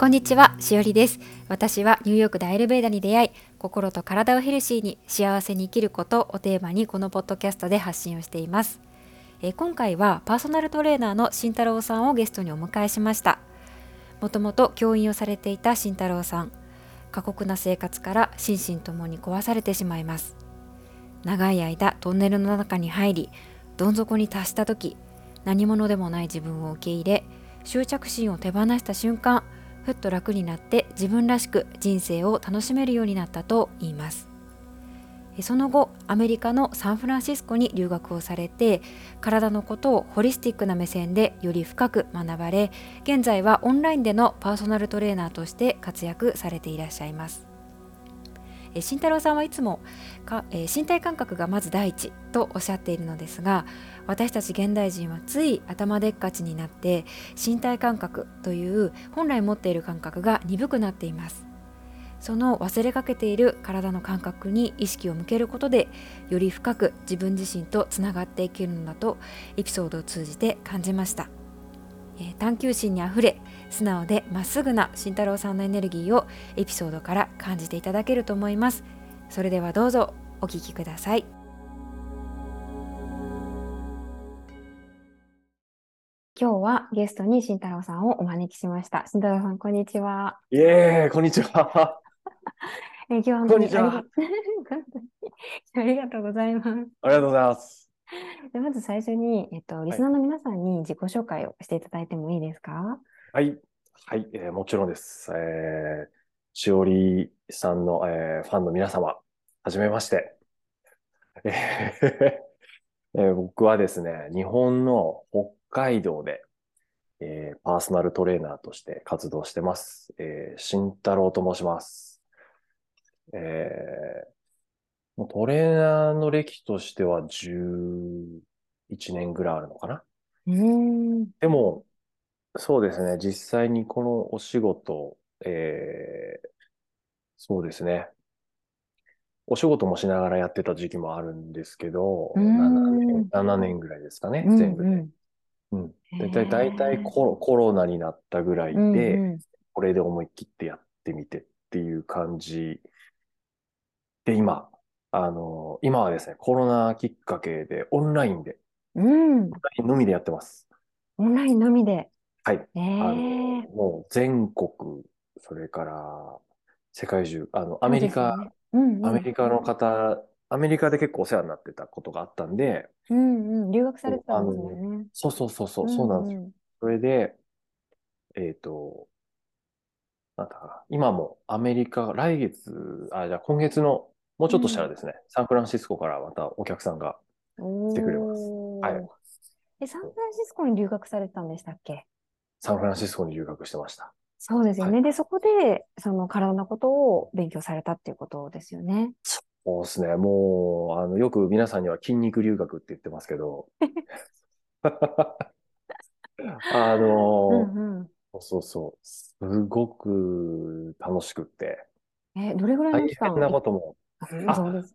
こんにちは、しおりです。私はニューヨークでアイルベーダに出会い、心と体をヘルシーに幸せに生きることをテーマにこのポッドキャストで発信をしています。今回はパーソナルトレーナーの慎太郎さんをゲストにお迎えしました。もともと教員をされていた慎太郎さん、過酷な生活から心身ともに壊されてしまいます。長い間トンネルの中に入り、どん底に達した時、何者でもない自分を受け入れ、執着心を手放した瞬間、ふっと楽になって自分らしく人生を楽しめるようになったと言います。その後、アメリカのサンフランシスコに留学をされて、体のことをホリスティックな目線でより深く学ばれ、現在はオンラインでのパーソナルトレーナーとして活躍されていらっしゃいます。慎太郎さんはいつも身体感覚がまず第一とおっしゃっているのですが、私たち現代人はつい頭でっかちになって身体感覚という本来持っている感覚が鈍くなっています。その忘れかけている体の感覚に意識を向けることで、より深く自分自身とつながっていけるのだとエピソードを通じて感じました。探求心にあふれ素直でまっすぐな慎太郎さんのエネルギーをエピソードから感じていただけると思います。それではどうぞお聞きください。今日はゲストに慎太郎さんをお招きしました。慎太郎さん、こんにちは。 いえ、こんにちは。 今日は本当こんににちは。 ありがとうございます。 ありがとうございます。 まず最初に、リはい。 スナーの皆さんに自己紹介をしていただいてもいいですか？ はい。はい。もちろんです。しおりさんの、ファンの皆様、はじめまして。え僕はですね、日本の北海道で、パーソナルトレーナーとして活動してます。慎太郎と申します。もうトレーナーの歴としては11年ぐらいあるのかな。 うーん。 でも、そうですね。実際にこのお仕事、そうですね。お仕事もしながらやってた時期もあるんですけうーど、 ん。 7年ぐらいですかね、 うん全部で。 うん。 うん。 へだいたいえ。 コロナになったぐらういで、 んうん。 これで思い切ってやってみてっていう感じで、今はですね、コロナきっかけでオンラインで、 うん。 オンラインのみでやってます。 オンラインのみで。 はい。 ええ。 もう全国、それから世界中、 そうですよね。うんうん。 アメリカの方、アメリカで結構お世話になってたことがあったんで、 うんうん。留学されてそうたんですもんね。うそうなんですよ。 んうん。 それで、えっと、なんだかな、今もアメリカ、来月、じゃあ今月の、もうちょっとしたらうん。 ですね、サンフランシスコからまたお客さんが来てくれます。はい。 おー。サンフランシスコに留学されてたんでしたっけ？ サンフランシスコに留学してました。はい。 そうですよね。で、そこで、その体のことを勉強されたっていうことですよね。 そうですね。もう、よく皆さんには筋肉留学って言ってますけど、あうの、 んうん。 すごく楽しくって、 どれぐらい大変の期間なことも、 そうであ、 す。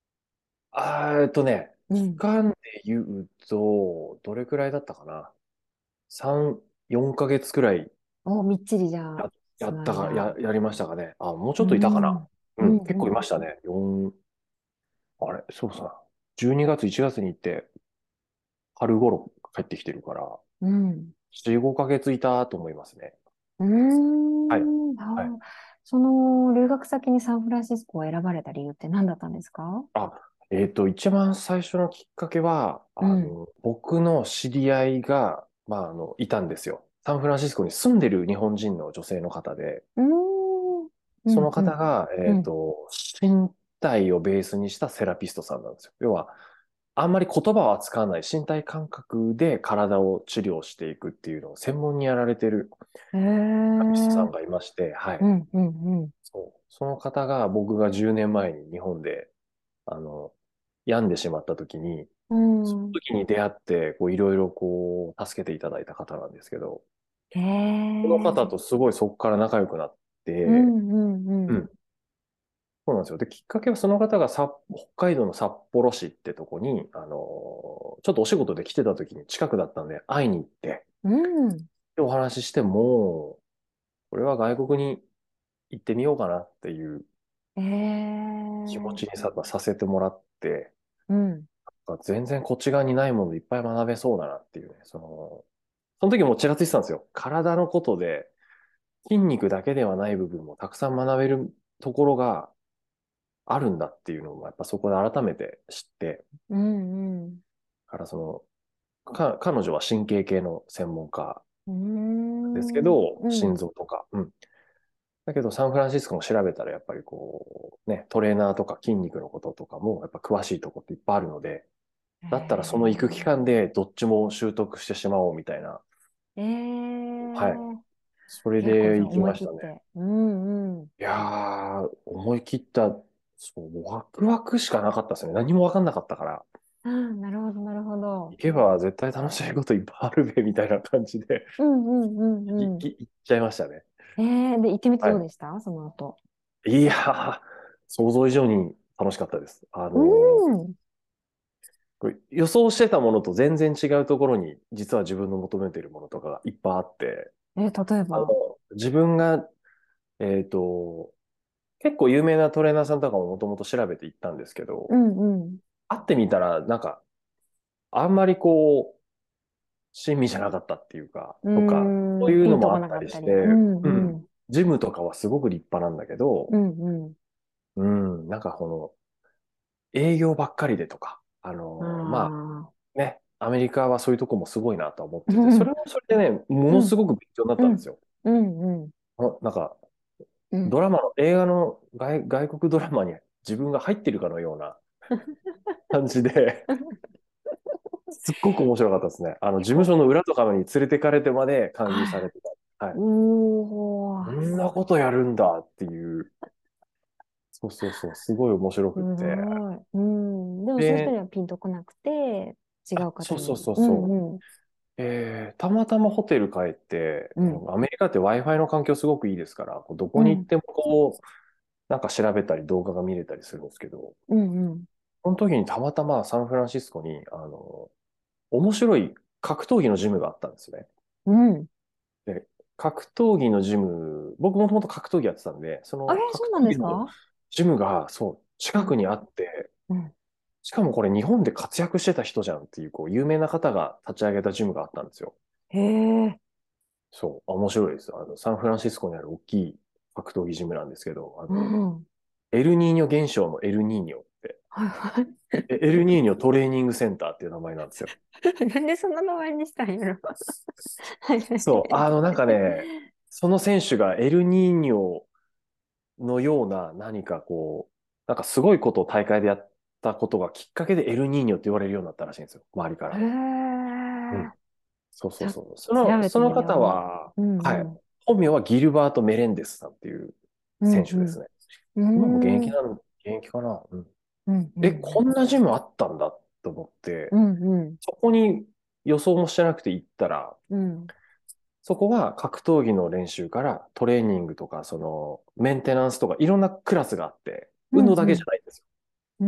期うん。 間で言うと、どれくらいだったかな？ 3、4ヶ月くらいみっちりじゃあ、 や、やそのったか、 間。 やりましたかね。もうちうょっといたかな。 ん。ううん、結構いんうん。 ましたね。あれ、そうさ、12月、1月に行って、春頃帰ってきてるから、 うん。 4、5ヶ月いたと思いますね。 うーはい。 ん。 はい。 その留学先にサンフランシスコを選ばれた理由って何だったんですか？ あ、一番最初のきっかけは、 うん。 僕の知り合いが、いたんですよ。サンフランシスコに住んでる日本人の女性の方で、 うーん。うそのんうん。 方が、 うん。 身体をベースにしたセラピストさんなんですよ。要は、あんまり言葉は使わない身体感覚で体を治療していくっていうのを専門にやられてるへセラピストさんえ。 がいまして、はい。 うんうんうん。 その方が僕が10年前に日本で、病んでしまった時に、 うそのん。 時に出会って、いろいろ助けていただいた方なんですけど、 へこのえ。 方とすごいそこから仲良くなって、 うんうんうん。 うん、そうなんですよ。で、きっかけはその方が北海道の札幌市ってとこに、ちょっとお仕事で来てた時に近くだったんで会いに行って、 うん。 でお話ししても、 これは外国に行ってみようかなっていうえ気持ちー、 にさせてもらって、 うん。 全然こっち側にないものいっぱい学べそうだなっていうね、その時もちらついてたんですよ。体のことで筋肉だけではない部分もたくさん学べるところがあるんだっていうのもやっぱそこで改めて知って、 うんうん。 から彼女は神経系の専門家うーですけん。 ど、心うん。 臓とか、うん。だけどサンフランシスコも調べたらやっぱりこう、ね、トレーナーとか筋肉のこととかもやっぱ詳しいとこっていっぱいあるので、 へだったらその行く期間え。 でどっちも習得してしまおうみたいな。 えはい。 え。 それ結構で行きじゃあ思いましたね。 切って。うんうん。 いやー、思い切った、そう、ワクワクしかなかったですね。何もわかんなかったから、 ああ、なるほど、なるほど。 行けば絶対楽しいこといっぱいあるべ、みたいな感じで、 うんうんうんうん。 行っちゃいましたね。 で、行ってみてはい。 どうでしたその後？ いやー、想像以上に楽しかったです。 うん。 これ予想してたものと全然違うところに、実は自分の求めているものとかがいっぱいあって、 例えば。 自分が、えっと、結構有名なトレーナーさんとかももともと調べていったんですけど、 うんうん。 会ってみたら、なんか、あんまりこう、親身じゃなかったっていうか、 うとか、そういうピンとこのもあったなかったり。うりして、 んうん。 うん。 ジムとかはすごく立派なんだけど、 うんうん。 うん、なんかこの、営業ばっかりでとか、 あまあ。 あ、ね、アメリカはそういうとこもすごいなと思ってて、そうんれもそれでね、ものすうんごく勉強になっうんたんですよ。 うんうんなんか、 うん。 映画の外国ドラマに自分が入ってるかのような感じで、すっごく面白かったですね。事務所の裏とかに連れてかれてまで勧誘さはい。 れてた。はい。 おー、 こんなことやるんだっていう、そうそうそう、すごい面白すくって。 ごい。うん。でもそういう人で、 にはピンとこなくて、違う方に。 そうそうそううんそうん。 う。たまたまホテル帰って、 うん。 アメリカって Wi-Fi の環境すごくいいですから、こうどうん。 こに行ってもこう、なんか調べたり動画が見れたりするんですけど、 うんうん。 その時にたまたまサンフランシスコに、面白い格闘技のジムがあったんですね。 うん。 で、格闘技のジム、僕もともと格闘技やってたんで、その格そうなん闘技のですか？ ジムが、そう、 うん。 近くにあって、 うん。 しかもこれ日本で活躍してた人じゃんっていう、こう、有名な方が立ち上げたジムがあったんですよ。 へえ。 そう、面白いです。サンフランシスコにある大きい格闘技ジムなんですけど、 うん。 エルニーニョ現象のエルニーニョって、 はいはい。 エルニーニョトレーニングセンターっていう名前なんですよ。 なんでそんな名前にしたんやろ。はいはい。 そう、なんかね、その選手がエルニーニョのような何かこう、なんかすごいことを大会でやったことがきっかけでエルニーニョって言われるようになったらしいんですよ、周りかへら。うん。 え。 そうちょっそうそう。 と調べそのてみ方よは、 う。うはい。 んうん。 本名はギルバート・メレンデスさんっていううんうん。 選手ですね。 う今もんうん。 現役かな。うん。 うんうん。 こんなジムあったんだと思って、 うんうん。 そこに予想もしてなくて行ったら、 うん。 そこは格闘技の練習からトレーニングとか、メンテナンスとかいろんなクラスがあって、運動だけじゃうんないんですよ。 うん。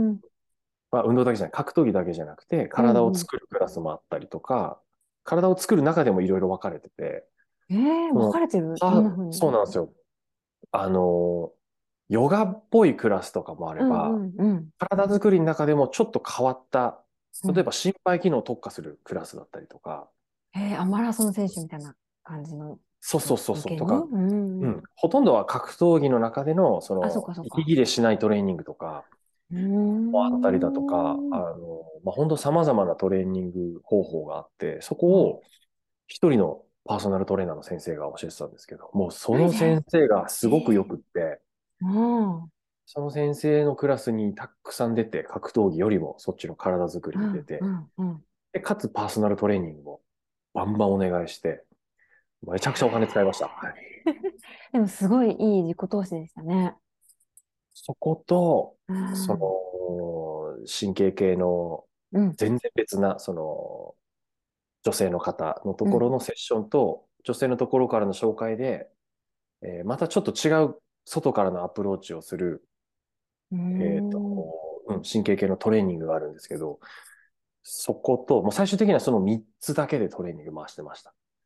うーん。 まあ、運動だけじゃない、格闘技だけじゃなくて、体をうんうん。 作るクラスもあったりとか、体を作る中でもいろいろ分かれてて、 分かれてるどんな風に？ そうなんですよ。あの、ヨガっぽいクラスとかもあうんれば、 うんうん。 体作りの中でもちょっと変わった、 うん。 例えば心肺機能を特化するクラスだったりとか、 マラソン選手みたいな感じのそうそう人そうそう、 向けの。 とか、 うん。 ほとんどは格闘技の中での、 あ、そっかそっか。 息切れしないトレーニングとかうーもあったりだとか、 ん。 まあ、本当様々なトレーニング方法があって、そこうん。 を一人のパーソナルトレーナーの先生が教えてたんですけど、もうその一人で。 先生がすごくよえくって、 うん。 その先生のクラスにたくさん出て、格闘技よりもそっちの体作りうんうに出て、 んうん。 で、かつパーソナルトレーニングもバンバンお願いして、めちゃくちゃお金使いました。はい。 でもすごいいい自己投資でしたね。 そこと、 うん。 神経系のうん。 全然別な、女性の方のとうん。 ころのセッションと、女性のところからの紹介で、またちょっと違う外からのアプローチをする、 うーん。 神経系のトレーニングがあるんですけど、そこと、もう最終的にはその3つだけでトレーニング回してました。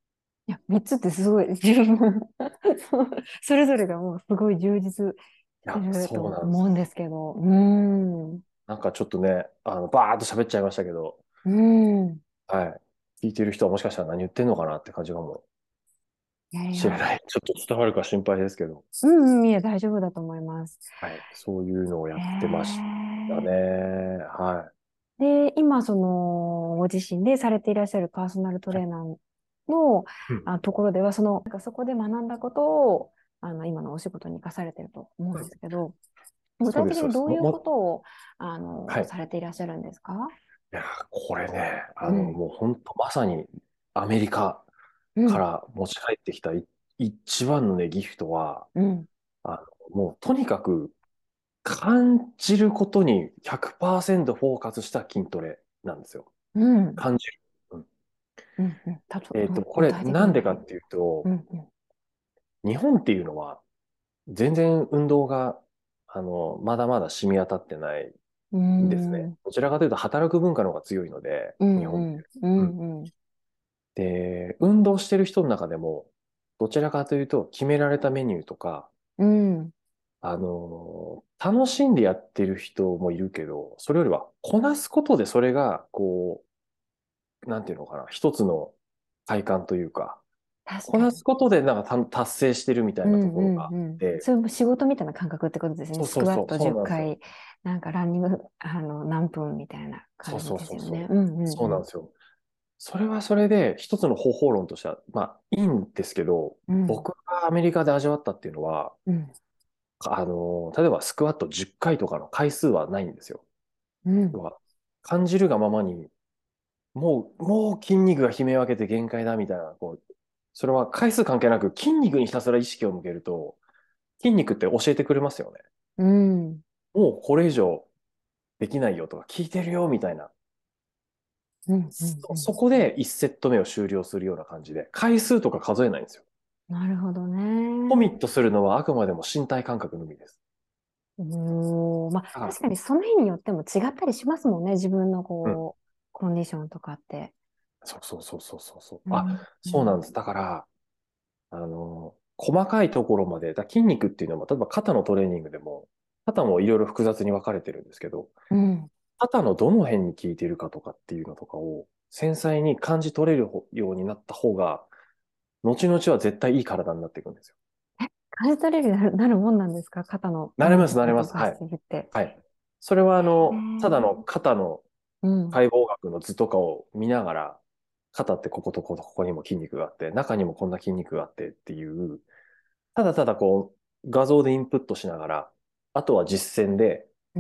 いや、3つってすごい十分そうそれぞれがもうすごい充実していや、 るとそうなんですよ。 思うんですけど。うーん。うなんかちょっとね、バーっと喋っちゃいましたけど、 ーん。 はい。聞いてる人はもしかしたら何言ってんのかなって感じかもいやいや。 しれない。ちょっと伝わるか心配ですけど、 うんうん、いや、大丈夫だと思います。 はい。そういうのをやへってましたね。 え。 はで、今、ご自身でされていらっしゃるパーソナルトレーナーの、 い。うん。 ところでは、なんかそこで学んだことを、今のお仕事に生かされてると思うんですけど、具体そうです、そうです。 的にどういうことを、 はい。 されていらっしゃるんですか？ いやこれね、 うん、 もう本当まさにアメリカうん、 から持ち帰ってきた一番のね、ギフトは、 うん、 もうとにかく感じることに100%フォーカスした筋トレなんですよ。 うん、 感じる。うん。 うん、うん。 これ具体的には？ なんでかっていうと、 うん、うん、 日本っていうのは全然運動が、まだまだ染み渡ってないうんですね。 ん、うん、 どちらかというと働く文化の方が強いので、 う日本って。 ん、ううん。 ん、うん、 で、運動してる人の中でも、どちらかというと決められたメニューとか、 うん、 楽しんでやってる人もいるけど、それよりはこなすことでそれが、こう、なんていうのかな、一つの体感というか、こなす確かに。 ことでなんか達成してるみたいなとうん、うころがあっん、うん。 て、 それも仕事みたいな感覚ってことですね。 そうそうそう、 スクワット10 そうなんですよ。 回、なんかランニング、何分みたいな感じそうそうですよね。 そうそう。 うん、うん、うん。 そうなんですよ。それはそれで一つの方法論としては、まあいいんですけど、 うん、 僕がアメリカで味わったっていうのは、 うん、 例えばスクワット10回とかの回数はないんですよ。 うん。 要は感じるがままに、もう筋肉が悲鳴を上げて限界だみたいな、それは回数関係なく筋肉にひたすら意識を向けると、筋肉って教えてくれますよね。 うん。 もうこれ以上できないよとか聞いてるよみたいな。 うん、うん、うん。 そこで1セット目を終了するような感じで、回数とか数えないんですよ。 なるほどね。 コミットするのはあくまでも身体感覚のみです。 おー、まあ、 だから、 確かにその日によっても違ったりしますもんね。自分のうん。 コンディションとかって。 そうそうそうそうそうそう。 うん、うん、 そうなんです。だから、細かいところまで、筋肉っていうのは、例えば肩のトレーニングでも、肩もいろいろ複雑に分かれてるんですけど、 うん。 肩のどの辺に効いているかとかっていうのとかを繊細に感じ取れるようになった方が、後々は絶対いい体になっていくんですよ。 感じ取れるようになるもんなんですか？肩のどなれます、 の辺なれます。 にとかしはい。 てるって。 はい。それはへただー。 の肩のうん。 解剖学の図とかを見ながら、肩ってこことここにも筋肉があって、中にもこんな筋肉があってっていう、ただただ画像でインプットしながら、あとは実践でうん。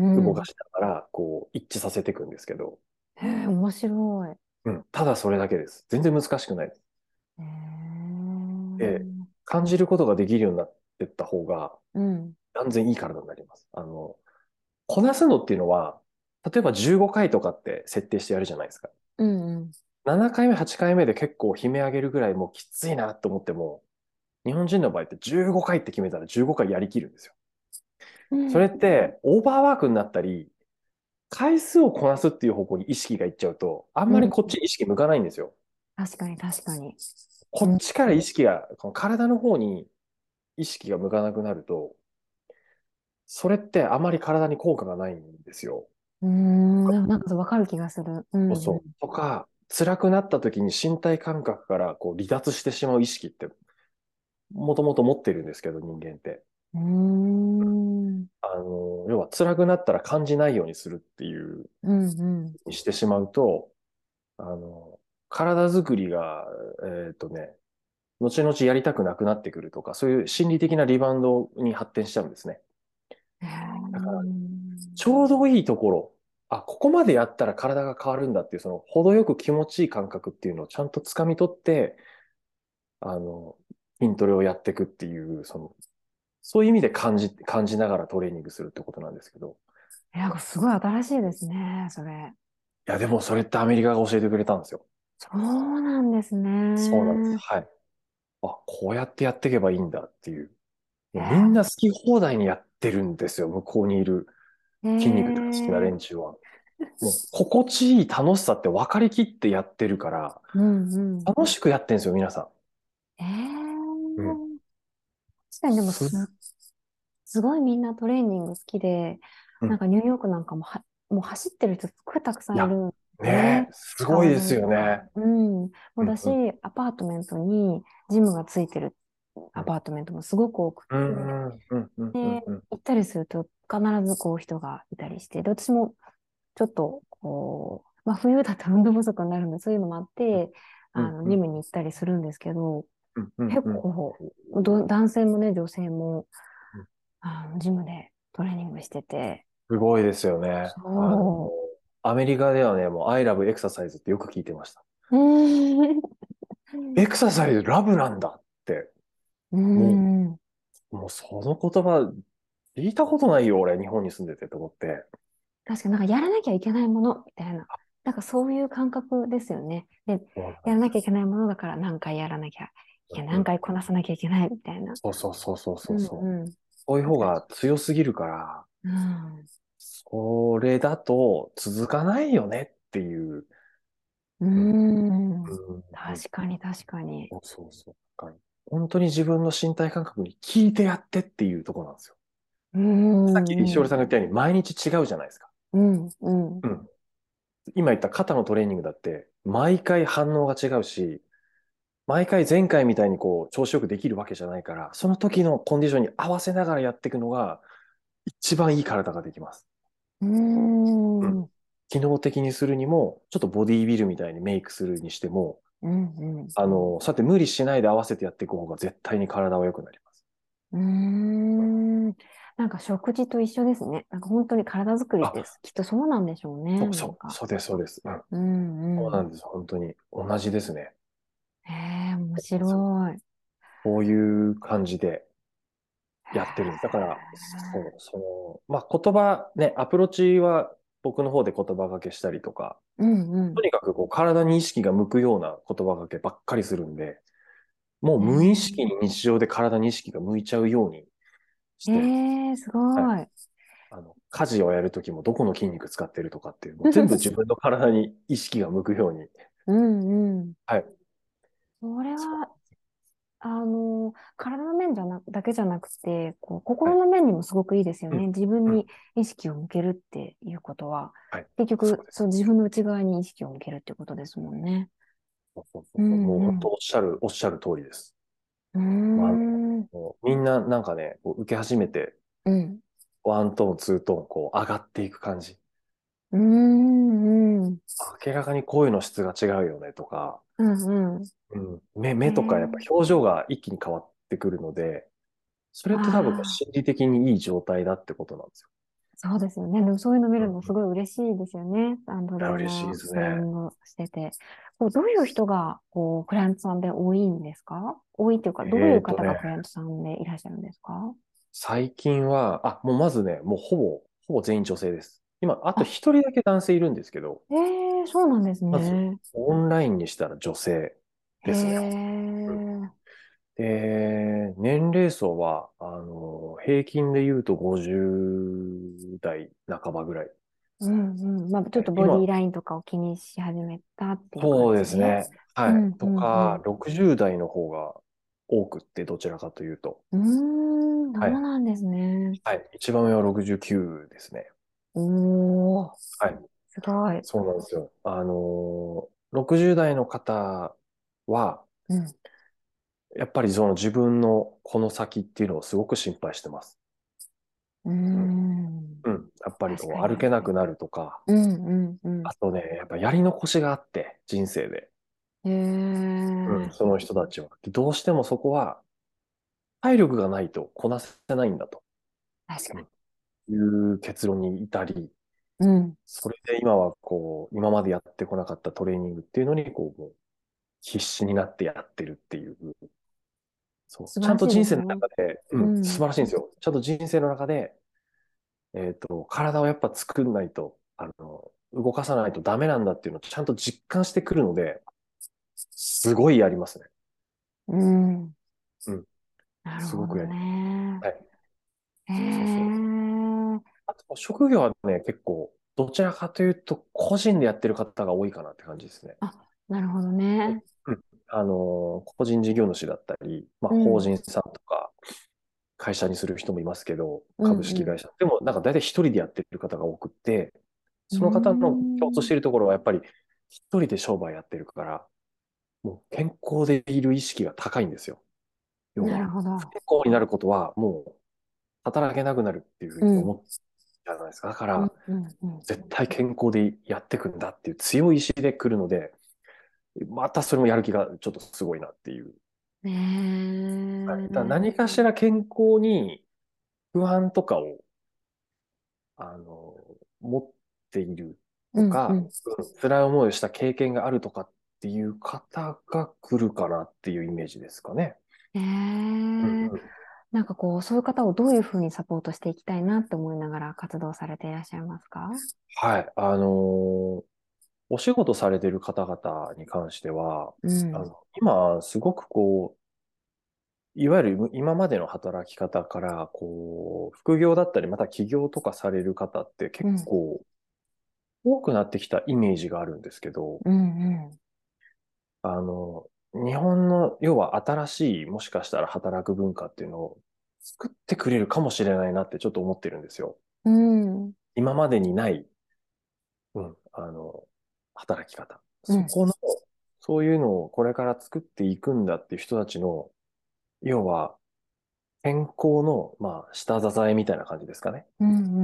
動かしながら、一致させていくんですけど、 へえ、面白い。 うん、ただそれだけです。全然難しくないです。 へえ。 で、感じることができるようになっていった方が、 うん。 断然いい体になります。こなすのっていうのは、例えば15回とかって設定してやるじゃないですか。 うん。うん。 7回目、8回目で結構悲鳴上げるぐらいもうきついなと思っても、日本人の場合って15回って決めたら15回やりきるんですよ。それってオーバーワークになったり、回数をこなすっていう方向に意識がいっちゃうと、あんまりうん。 こっち意識向かないんですよ。 確かに、確かに。 こうん。 っちから意識が、この体の方に意識が向かなくなると、それってあまり体に効果がないんですよ。 うーん。でもなんかわかる気がする。うん。うん。 そうそう。とか、辛くなった時に身体感覚から離脱してしまう意識って、もともと持ってるんですけど、人間って。 うーん。 要は辛くなったら感じないようにするっていう、 うん。うん。 にしてしまうと、あの、体作りが、後々やりたくなくなってくるとか、そういう心理的なリバウンドに発展しちゃうんですね。 へえ。 だから、ちょうどいいところ、ここまでやったら体が変わるんだっていう、その程よく気持ちいい感覚っていうのをちゃんと掴み取って、あの、筋トレをやっていくっていう、そういう意味で感じながらトレーニングするってことなんですけど。 なんかすごい新しいですね、それ。 いや、でもそれってアメリカが教えてくれたんですよ。 そうなんですそうなんです。 ね。 はい。こうやってやっていけばいいんだっていう。もうみんへな好き放題にやってるんですよ。向こうにいるえ。 筋肉大好きな連中は。もう心地いい楽しさって分かりきってやってるから、 うんうん。 楽しくやってんですよ、皆さん。 えうん。 確かにでもす、 すごいみんなトレーニング好きで、 うん。 なんかニューヨークなんかもう走ってる人すごいたくさいや、 んいるんですね。 ねえ、す地下をごいです歩いたら。 よね。 うん。もうだし、 うんうんアパートメントにジムがついてるうん。 アパートメントもすごく多くっうて、 んうんうんうんうんで、 うん。 行ったりすると必ずこう人がいたりして、で、私もちょっとこう、まあ冬だと運動不足になるんで、そういうのもあって、ジうんうんムに行ったりするんですけど、 うんうん結うん。 構、男性もね、女性も、 うん。 ジムでトレーニングしてて、 すごいですよね。 そアメリカではね、もう I love exercise ってよく聞いてました。 う。 エクササイズラブなんだって、 うもん。 もうその言葉聞いたことないよ、俺、日本に住んでてと思って。 確かになんかやらなきゃいけないものみたいな。なんかそういう感覚ですよね。で、 そうなんですよ。 やらなきゃいけないものだから何回やらなきゃいけない、何うん。 回こなさなきゃいけないみたいな。 そうそうそうそううそうそう。 んうん。 そういう方確かに。 が強すぎるから、 うん。 それだと続かないよねっていう。 ううん。 ん。 うんうん。 確かに確かに。 そうそうそう。本当に自分の身体感覚に聞いてやってっていうところなんですよ。 うさっきしおん。うん。 りさんが言ったように毎日違うじゃないですか。 うん。うん。 うん。今言った肩のトレーニングだって、毎回反応が違うし、毎回前回みたいにこう、調子よくできるわけじゃないから、その時のコンディションに合わせながらやっていくのが、一番いい体ができます。 ううん。 ん。 機能的にするにも、ちょっとボディービルみたいにメイクするにしても、 うん。うん。 そうやって無理しないで合わせてやっていく方が絶対に体は良くなります。 うーん。なんか食事と一緒ですね。なんか本当に体作りってあ、 きっとそうなんでしょうね。なんか。 そうです、そうです。うん。 うんうん。 そうなんです。本当に。同じですね。 へえ、面白い。 こういう感じでへやってるんです。だから、 え。 まあ、言葉、ね、アプローチは僕の方で言葉がけしたりとか、 うんうん。 とにかくこう体に意識が向くような言葉がけばっかりするんで、もうへ無意識に日常で体に意識が向いちゃうようにしえ、 てるんです。 へえ、すはい。 ごい。 家事をやるときもどこの筋肉使ってるとかっていう、もう全部自分の体に意識が向くように。 うんうん。 はい。 それそう。 は、体の面だけじゃなくて、こう、 はい。 心の面にもすごくいいですよね。 うん。 自分うん。 に意識を向けるっていうことは、 はい。 結局、 そうです。 そう、自分の内側に意識を向けるってことですもんね。 そうそうそううそう。もうんうん。 本当おっしゃる通りです。 うーまあ、 ん。 もうみんななんかね、こう受け始めて、 うん。 ワントーン、ツートーン、こう上がっていく感じ。 うーん。うん。 明らかに声の質が違うよねとか、 うんうん。 うん、目とかやっぱええ、 表情が一気に変わってくるので、それって多分こうああ、 心理的にいい状態だってことなんですよ。 そうですよね。でもそういうの見るのすうんうん。いごい嬉しいですよね。トや、 レー嬉しいでナー、トレーニすね。 ングしてて。こう、どういう人が、こう、クライアントさんで多いんですか？多いっていうか、どういう方がね、 クライアントさんでいらっしゃるんですか？ 最近は、もうまずね、もうほぼ全員女性です。今、あとあ、 一人だけ男性いるんですけど、 ええ、そうなんですまず、 ね。 オンラインにしたら女性へですね。うん。 え、 で、年齢層は、平均で言うと50代半ばぐらい。 うんうん。まあ、ちょっとボディ今、 ラインとかを気にし始めたっていう感そうじで。 ですね。はい。 うんうとか、 ん 60代の方が多くって、どちらかというと。 うん。そはい。 うなんですね。 はい。一番上は69ですね。 おー、 はい。 すごい。 そうなんですよ。60代の方は、 うん。 やっぱりその自分のこの先っていうのをすごく心配してます。 うーうん。 ん。 うん。やっぱり確かこう歩に確かに。 けなくなるとか、 うんうんうん。 あとね、やっぱやり残しがあって、人生で。 へうん。 え、 その人たちは。どうしてもそこは体力がないとこなせないんだと。 確かうん。いう結論に至り、 に。うん。 それで今はこう、今までやってこなかったトレーニングっていうのに、こう、もう必死になってやってるっていう。そう。ちゃん素晴らしいでと人生のすね。 中で、うん、素うん。 晴らしいんですよ。ちゃんと人生の中で、体をやっぱ作んないと、動かさないとダメなんだっていうのをちゃんと実感してくるので、すごいやりますね。 うん。 うん。すなるほどごくやります。 ね。 はい。 へそうそうそう。 え。 あと、職業はね、結構、どちらかというと、個人でやってる方が多いかなって感じですね。 あ、なるほどね。 うん。 個人事業主だったり、まあ、 うん、 法人さんとか、会社にする人もいますけど、 うん、うん。 株式会社。でも、なんか大体一人でやってる方が多くって、 うーその方の共通しん。 ているところは、やっぱり一人で商売やってるから、もう健康でいる意識が高いんですよ。要なは、 るほど。 不健康になることは、もう働けなくなるっていうふううん、 に思っじゃないですか。だかうん、 ら、 うん、うん。 絶対健康でやっていくんだっていう強い意志で来るので、またそれもやる気がちょっとすごいなっていう。 ねはい。だからえ。 何かしら健康に不安とかを、持っているうん、うとか、 ん。 辛い思いをした経験があるとかっていう方が来るかなっていうイメージですかね。 ねえ。 うんうん。 なんかこう、そういう方をどういうふうにサポートしていきたいなって思いながら活動されていらっしゃいますか？ はい。お仕事されてる方々に関しては、 うん、 今、すごくいわゆる今までの働き方から、副業だったり、また起業とかされる方ってうん、 結構多くなってきたイメージがあるんですけど、 うん、うん。 日本の、要は新しい、もしかしたら働く文化っていうのを作ってくれるかもしれないなってちょっと思ってるんですよ。 うん、 今までにない、うん、働き方。 うん、 そこの、そういうのをこれから作っていくんだっていう人たちの、要は、健康の、まあ、下支えみたいな感じですかね。 うん、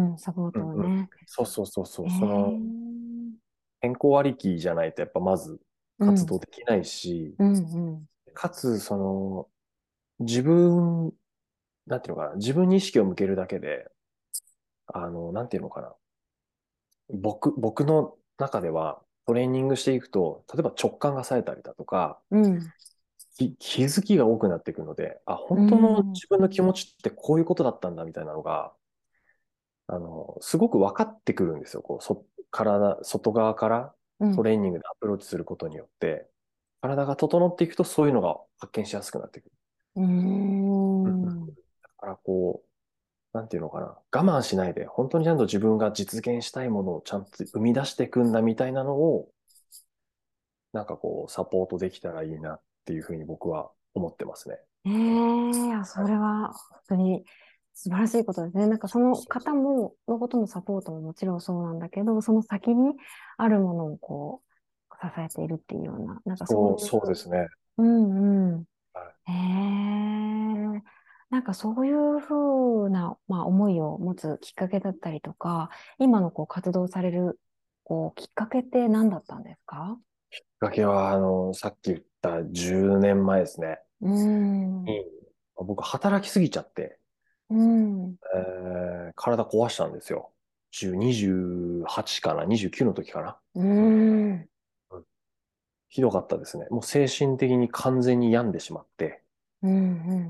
うん、サポーうんうん。 トをね。 そうそうそうそへう。 え。 健康ありきじゃないと、やっぱまずうん、 活動できないし、 うん、うん、 かつ、自分、なんていうのかな、自分に意識を向けるだけで、なんていうのかな、僕の中では、トレーニングしていくと、例えば直感が冴えたりだとか、 うん、 気づきが多くなっていくので、あ、 う本当のん、 自分の気持ちってこういうことだったんだみたいなのが、すごく分かってくるんですよ。外側からうん、 トレーニングでアプローチすることによって、体が整っていくとそういうのが発見しやすくなってくる。 ううんうん。 ん。 だからなんていうのかな。我慢しないで、本当にちゃんと自分が実現したいものをちゃんと生み出していくんだみたいなのを、なんかサポートできたらいいなっていうふうに僕は思ってますね。 ええ、いや、そはい。 れは本当に素晴らしいことですね。なんかそのそうそ方も、のことのサポートももちろんそうなんだけど、その先にあるものをこう、支えているっていうような、なんかそういう、 そうですね。 うんうん。 はい。 ええ、なんかそういうふうな、まあ、思いを持つきっかけだったりとか、今のこう活動される、こう、きっかけって何だったんですか？ きっかけは、さっき言った10年前ですね。 うん、 に僕、働きすぎちゃって、 うん、 体壊したんですよ。28かな？ 29 の時かな？ うん、 うん。ひどかったですね。もう精神的に完全に病んでしまって、 うん、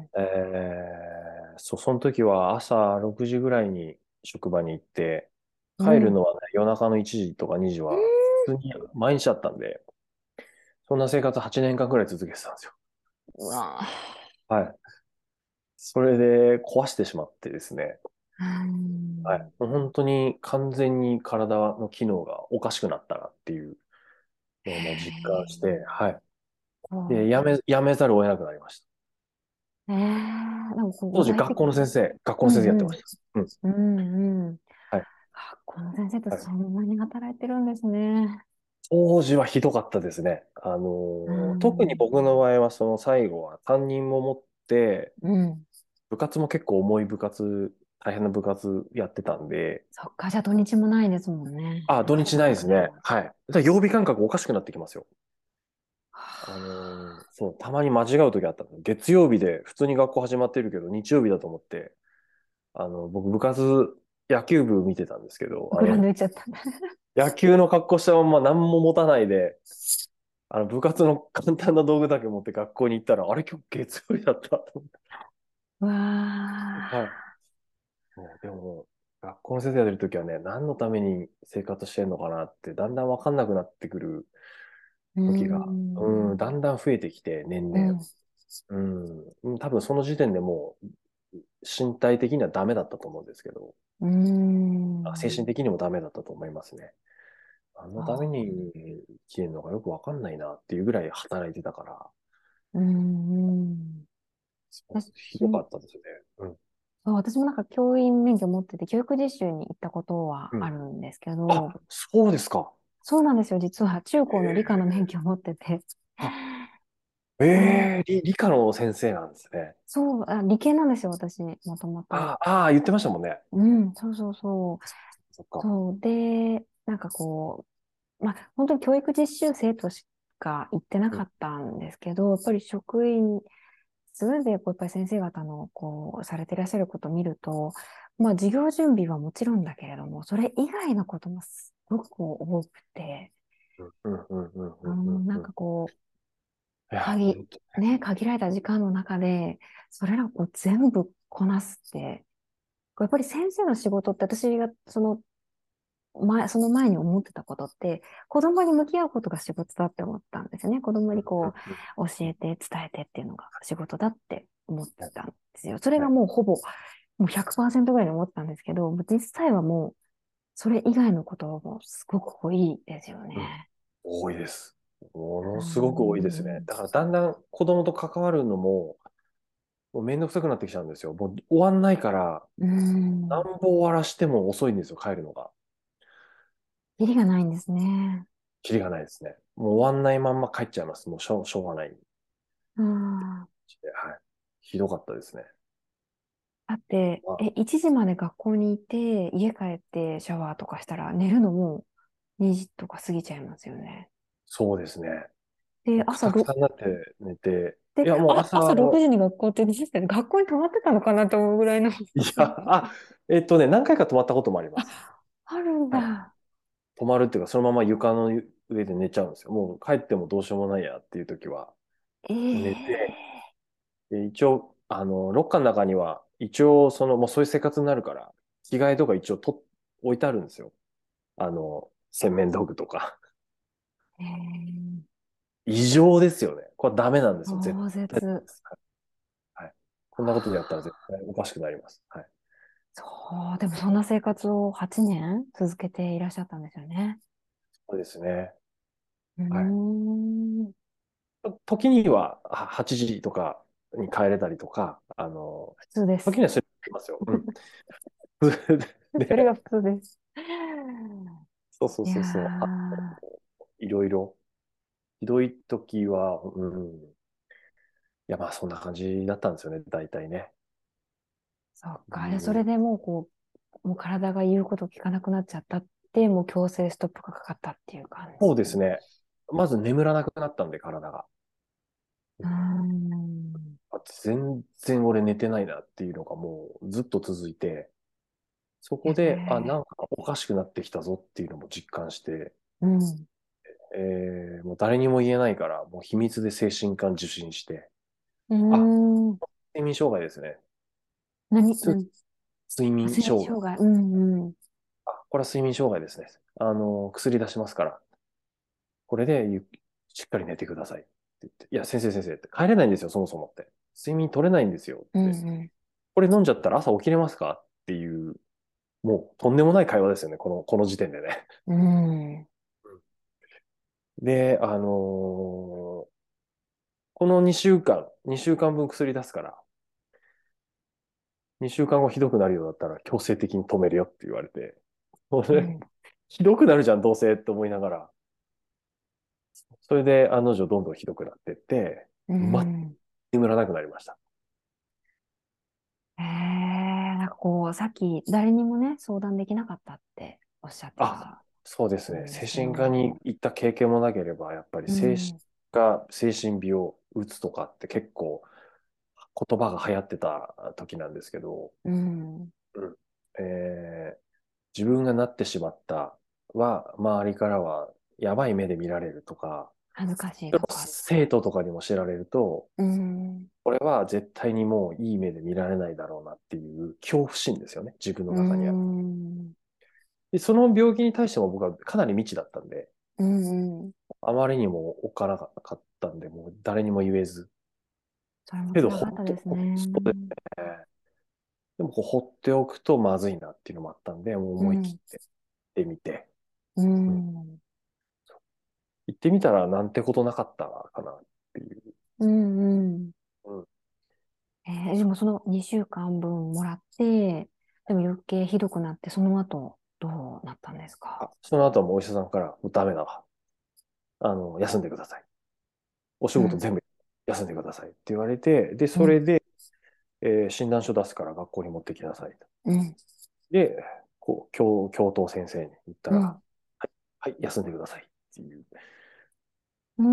その時は朝6時ぐらいに職場に行って、 うん、 帰るのはね、夜中の1時とか2時は普通に毎日だったんで、そんな生活8年間ぐらい続けてたんですよ。 うわはい。それで壊してしまってですね。 ぁ、うはい。 ん、 もう本当に完全に体の機能がおかしくなったなっていうのをもう実感して、はい。で、 こやめざるを得なくなりました。 う、でもこう具当時体的、 学校の先生やっうん、うん、 てました。うん。 うん、うん。 はい。 学校の先生ってはい。 そんなに働いてるんですね。 当時はひどかったですね。 う特にん、 僕の場合はその最後は担任も持って、 うん。 部活も結構重い大変な部活やってたんで、 そっか、じゃあ土日もないですもんね。 あ、土日ないですね。はい。だから曜日感覚おかしくなってきますよ。そう、たまに間違う時あったの。月曜日で普通に学校始まってるけど、日曜日だと思って、僕野球部見てたんですけど、 グラウンド行っちゃった。 野球の格好したまま何も持たないで、部活の簡単な道具だけ持って学校に行ったら、あれ今日月曜日だったと思って。 うわはい。もうでも、学校の先生やってる時はね、何のために生活してんのかなって、だんだんわかんなくなってくるー。うー時が、 ん。 だんだん増えてきて、年々。 うん。 多分その時点でもう、身体的にはダメだったと思うんですけど、 うーん。 精神的にもダメだったと思いますね。何のためあに生きてるのかよくわかんないなっていうぐらい働いてたから。 うん。 そう私、 ひどかったですね。うん。 そう私もなんか教員免許持ってて、教育実習に行ったことはうん。 あるんですけど、 あ、そうですか。 そうなんですよ。実は中高の理科の免え許を持ってて。 あ、 で、 理科の先生なんですね。 そう、理系なんですよ、私、もともと。 言ってましたもんね。 うん、そうそうそう。 そっか。 そう。で、なんかこう、まあ、本当に教育実習生としか行ってなうん。 かったんですけど、やっぱり職員室でこうやっぱり先生方のこうされていらっしゃることを見ると、まあ、授業準備はもちろんだけれども、それ以外のこともすごくこう多くて、 うん。うん。うん。うん。 なんうん。 かこう、 いや、本当。 限られた時間の中で、それらをこう全部こなすって、やっぱり先生の仕事って私がその前に思ってたことって、子供に向き合うことが仕事だって思ったんですよね。子供にこうん。うん。 う、教うん。 えて伝えてっていうのが仕事だって思ってはい。 たんですよ。それがはい。 もうほぼ、もう100%ぐらいに思ってたんですけど、実際はもう、それ以外のこともすごく多いですようん。 ね。 多いです。もうのすごく多いですね。 ん。 だからだんだん子供と関わるのも、もうめんどくさくなってきちゃうんですよ。もう終わんないから、 うん。 なんぼ終わらしても遅いんですよ、帰るのが。 キリがないんですね。 キリがないですね。もう終わんないまんま帰っちゃいます。もうしょうがない。 うん。 はい。ひどかったですね。 だって、 まあ、 1時まで学校にいて、家帰ってシャワーとかしたら寝るのも2時とか過ぎちゃいますよね。 そうですね。 で、 もうくたくたになって寝て、いや、もう朝6 朝、 時に学校って言ってたけど、学校に泊まってたのかなと思うぐらいの。 いや、何回か泊まったこともあります。 あ、あるんはい。 だ。 泊まるっていうか、そのまま床の上で寝ちゃうんですよ。もう帰ってもどうしようもないやっていう時は、寝て、 ええで、一応、ロッカーの中には、一応、もうそういう生活になるから、着替えとか一応置いてあるんですよ。洗面道具とか。 ええ異常ですよね。これはダメなんですよ。絶壮対ダメ絶。 です。はい。こんなことでやったら絶対おかしくなります。はい。 そう、でもそんな生活を8年続けていらっしゃったんですよね。 そうですね。 うーはい。 ん。 時には8時とかに帰れたりとか、 普通です。 時にはそれできますよ。うん。 それがで、 普通です。 そうそういやそうそう。 ー、 いろいろ、ひどい時は、いや、まあそんな感じだったんですよね、大体ね。 そっか。そうん。 れでもうもう体が言うこと聞かなくなっちゃったって、もう強制ストップがかかったっていう感そうじ。 ですね。まず眠らなくなったんで、体が。 うーん。 全然俺寝てないなっていうのがもうずっと続いて、そえこで、 えなんかおかしくなってきたぞっていうのも実感して、 うん。 もう誰にも言えないから、もう秘密で精神科に受診して、 うーあ、 ん。 睡眠障害ですね。 何、 つ何、 睡眠睡眠障害。 障害。うんうん。 これは睡眠障害ですね。薬出しますから、これでしっかり寝てくださいって言って、いや、先生って帰れないんですよ、そもそもって。睡眠取れないんですようんって。 うん。 これ飲んじゃったら朝起きれますかっていう、もうとんでもない会話ですよね、この時点でね。 うん。 で、この2週間分薬出すから、2週間後ひどくなるようだったら強制的に止めるよって言われて、もうね、 うん。 ひどくなるじゃん、どうせって思いながら、それで案の定どんどんひどくなってって、 う全くん。 眠らなくなりました。 なんかさっき誰にもね、相談できなかったっておっしゃってあ、 たそうですね。 んですけ精神科にど、 行った経験もなければ、やっぱりうん。 精神病、うつとかって結構言葉が流行ってた時なんですけど、 うん。 うん。自分がなってしまった周りからはやばい目で見られるとか、 恥ずかしいとか。 生徒とかにも知られると、 うん。 これは絶対にもういい目で見られないだろうなっていう恐怖心ですよね、自分のう中にある。 ん。 で、その病気に対しても僕はかなり未知だったんで、 うん。うん。 あまりにもおっかなかったんで、もう誰にも言えず。 それもけど、 辛かったですね。 そうですね。でもこう放っておくとまずいなっていうのもあったんで、もう思い切っうん。 て行ってみて、 ううん。 ん。 行ってみたらなんてことなかったかなっていう。 うんうん。 うん。 でもその2週間分もらって、でも余計ひどくなって、その後どうなったんですか？ その後はもうお医者さんから、もうダメだわ。休んでください。お仕うん、 事全部休んでくださいって言われて、で、 うん、 それで、診断書出すから学校に持ってきなさいと。 うん、 で、こう、教頭先生に言ったら、 うん、 はい、休んでくださいっていう。 うん、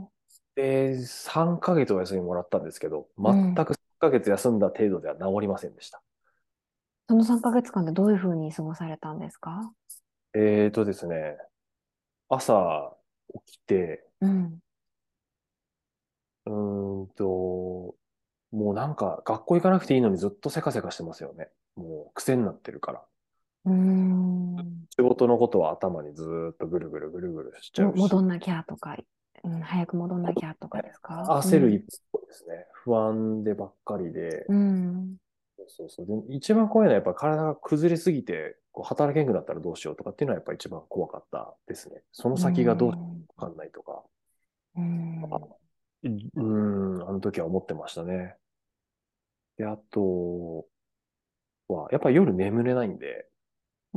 で、3ヶ月お休みもらったんですけど、全うん。 く3ヶ月休んだ程度では治りませんでした。 その3ヶ月間でどういうふうに過ごされたんですか？ ですね、朝起きて、 うん、 うーんと、もうなんか学校行かなくていいのにずっとせかせかしてますよね。もう癖になってるから。 うーん。 仕事のことは頭にずーっとぐるぐるぐるぐるしちゃうし、 戻んなきゃとか、うん、早く戻んなきゃとかですか？うん、 焦る一方ですね。不安でばっかりで、 うん、 そうそう。で、一番怖いのはやっぱ体が崩れすぎて、こう働けなくなったらどうしようとかっていうのはやっぱ一番怖かったですね。そのう先がどうしよん、 うかわかんないとか、 うん、 あの時は思ってましたね。で、あとは、やっぱり夜眠れないんで、 うん、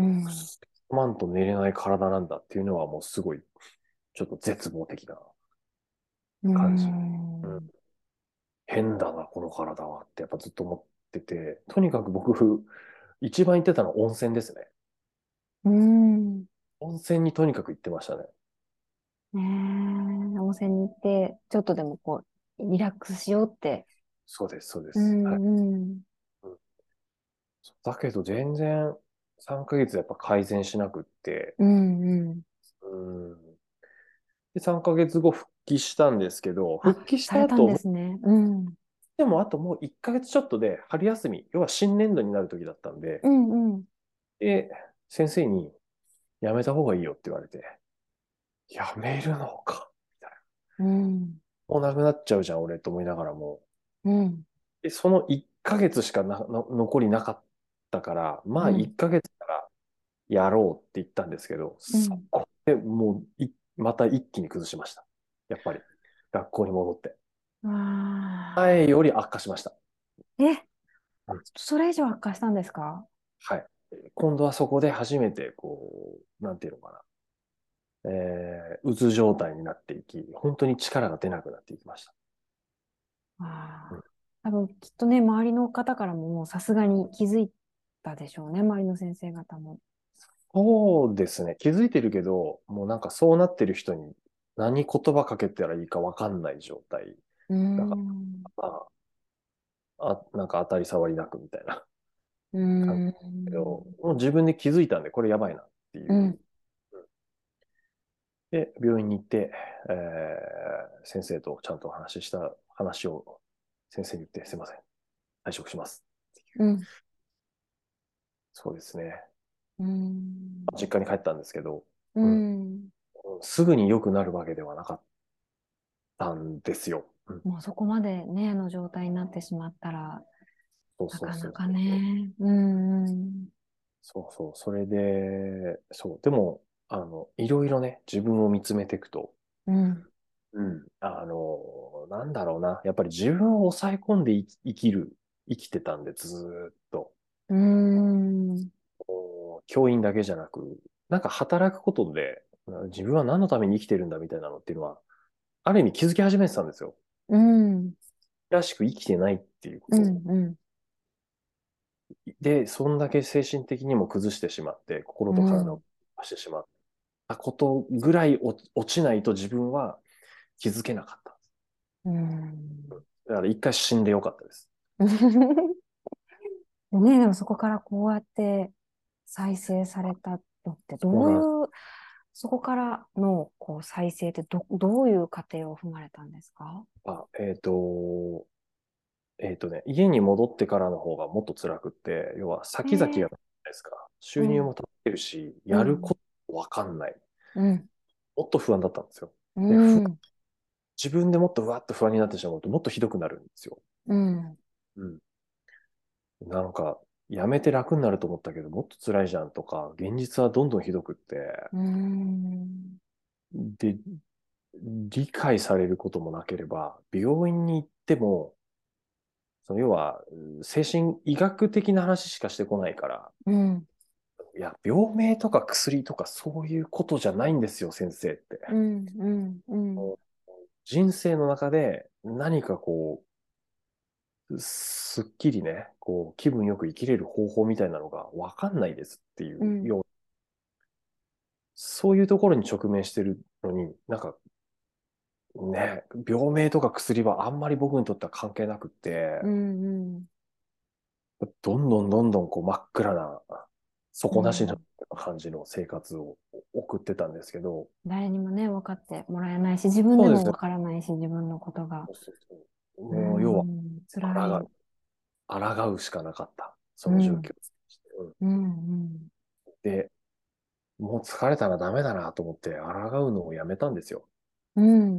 マンと寝れない体なんだっていうのはもうすごい、ちょっと絶望的なう感じ。うん、 ん、 変だな、この体はってやっぱずっと思ってて、とにかく僕、一番行ってたのは温泉ですね。 うん。 温泉にとにかく行ってましたね。 ねえ、温泉に行って、ちょっとでもこう、リラックスしようって。 そうです、そうでうす。はい。 ん、うん、 うん、だけど全然3ヶ月やっぱ改善しなくって、 うん、うん。 うん。で、3ヶ月後復帰したんですけど、 あ、 復帰しされたんた後も、 ですね。うん、 でもあともう1ヶ月ちょっとで春休み、要は新年度になる時だったんで、 うん、うん、 で、先生に辞めた方がいいよって言われて、辞めるのか、みたいな。 うん、 もうなくなっちゃうじゃん、俺と思いながらも。 うん、 で、その1ヶ月しか残りなかったから、まあ1 うん、 ヶ月からやろうって言ったんですけど、そうん。 こでもうまた一気に崩しました。やっぱり。学校に戻って。前あより悪化しました。 え、 うん、 それ以上悪化したんですか？ はい。今度はそこで初めて、なんていうのかな。うつ状態になっていき、本当に力が出なくなっていきました。うん、 多分きっとね、周りの方からももうさすがに気づいたでしょうね、周りの先生方も。 そうですね。気づいてるけど、もうなんかそうなってる人に何言葉かけたらいいかわかんない状態うーだかん。 ら、なんか当たり障りなくみたいなうー感じだけど、 ん。 もう自分で気づいたんで、これやばいなっていう。 うん。 で、病院に行って、先生とちゃんと話を先生に言って、すいません、退職します。 うん。 そうですね。 うん。 実家に帰ったんですけど、 ううん、 ん。 すぐに良くなるわけではなかったんですよ。うん、 もうそこまでね、の状態になってしまったら、 そうそうなかなかそうそうそう。 ね。うん。うん。 そうそう。それで、そう。でも、いろいろね、自分を見つめていくと、 うん。 うん。なんだろうな。やっぱり自分を抑え込んで生きてたんで、ずーっと。 うん。 教員だけじゃなく、なんか働くことで、自分は何のために生きてるんだみたいなのっていうのは、ある意味気づき始めてたんですよ。 うん。 らしく生きてないっていうこうん。 とを。 うん。 で、そんだけ精神的にも崩してしまって、心うと体をん。 壊してしまったことぐらい落ちないと自分は気づけなかった。 うん。 だから一回死んでよかったです。 ね、でもそこからこうやって再生されたのってどそうなんです。 ういう、そこからのこう再生ってどういう過程を踏まれたんですか？ あ、家に戻ってからの方がもっと辛くって、要は先々がないですか。収入もうん、 立ってるし、 うん、 やることわかんない。 うん、 もっと不安だったんですよ。 うで、 ん、 自分でもっとうわっと不安になってしまうともっとひどくなるんですよ。 うん、 うん。なんか、やめて楽になると思ったけど、もっと辛いじゃんとか、現実はどんどんひどくって、 うん、 で、 理解されることもなければ、病院に行っても、その要は、精神医学的な話しかしてこないから、 うん、 いや、病名とか薬とかそういうことじゃないんですよ、先生って。 うん、うん、うん、 人生の中で何かこう、すっきりね、こう、気分よく生きれる方法みたいなのがわかんないですっていうん、 うよう、そういうところに直面してるのに、なんかね、病名とか薬はあんまり僕にとっては関係なくって、 うん、 どんどんどんどんこう真っ暗な、 う底なしのん。 感じの生活を送ってたんですけど、 誰にもね、分かってもらえないし、自分そうですね。 でも分からないし、自分のことが。 そうそうそう。 うもう要は、 ん、辛い。 抗抗うしかなかった。そうん、 の状況。 うん、うん、 で、もう疲れたらダメだなと思って、抗うのをやめたんですよ。 うん、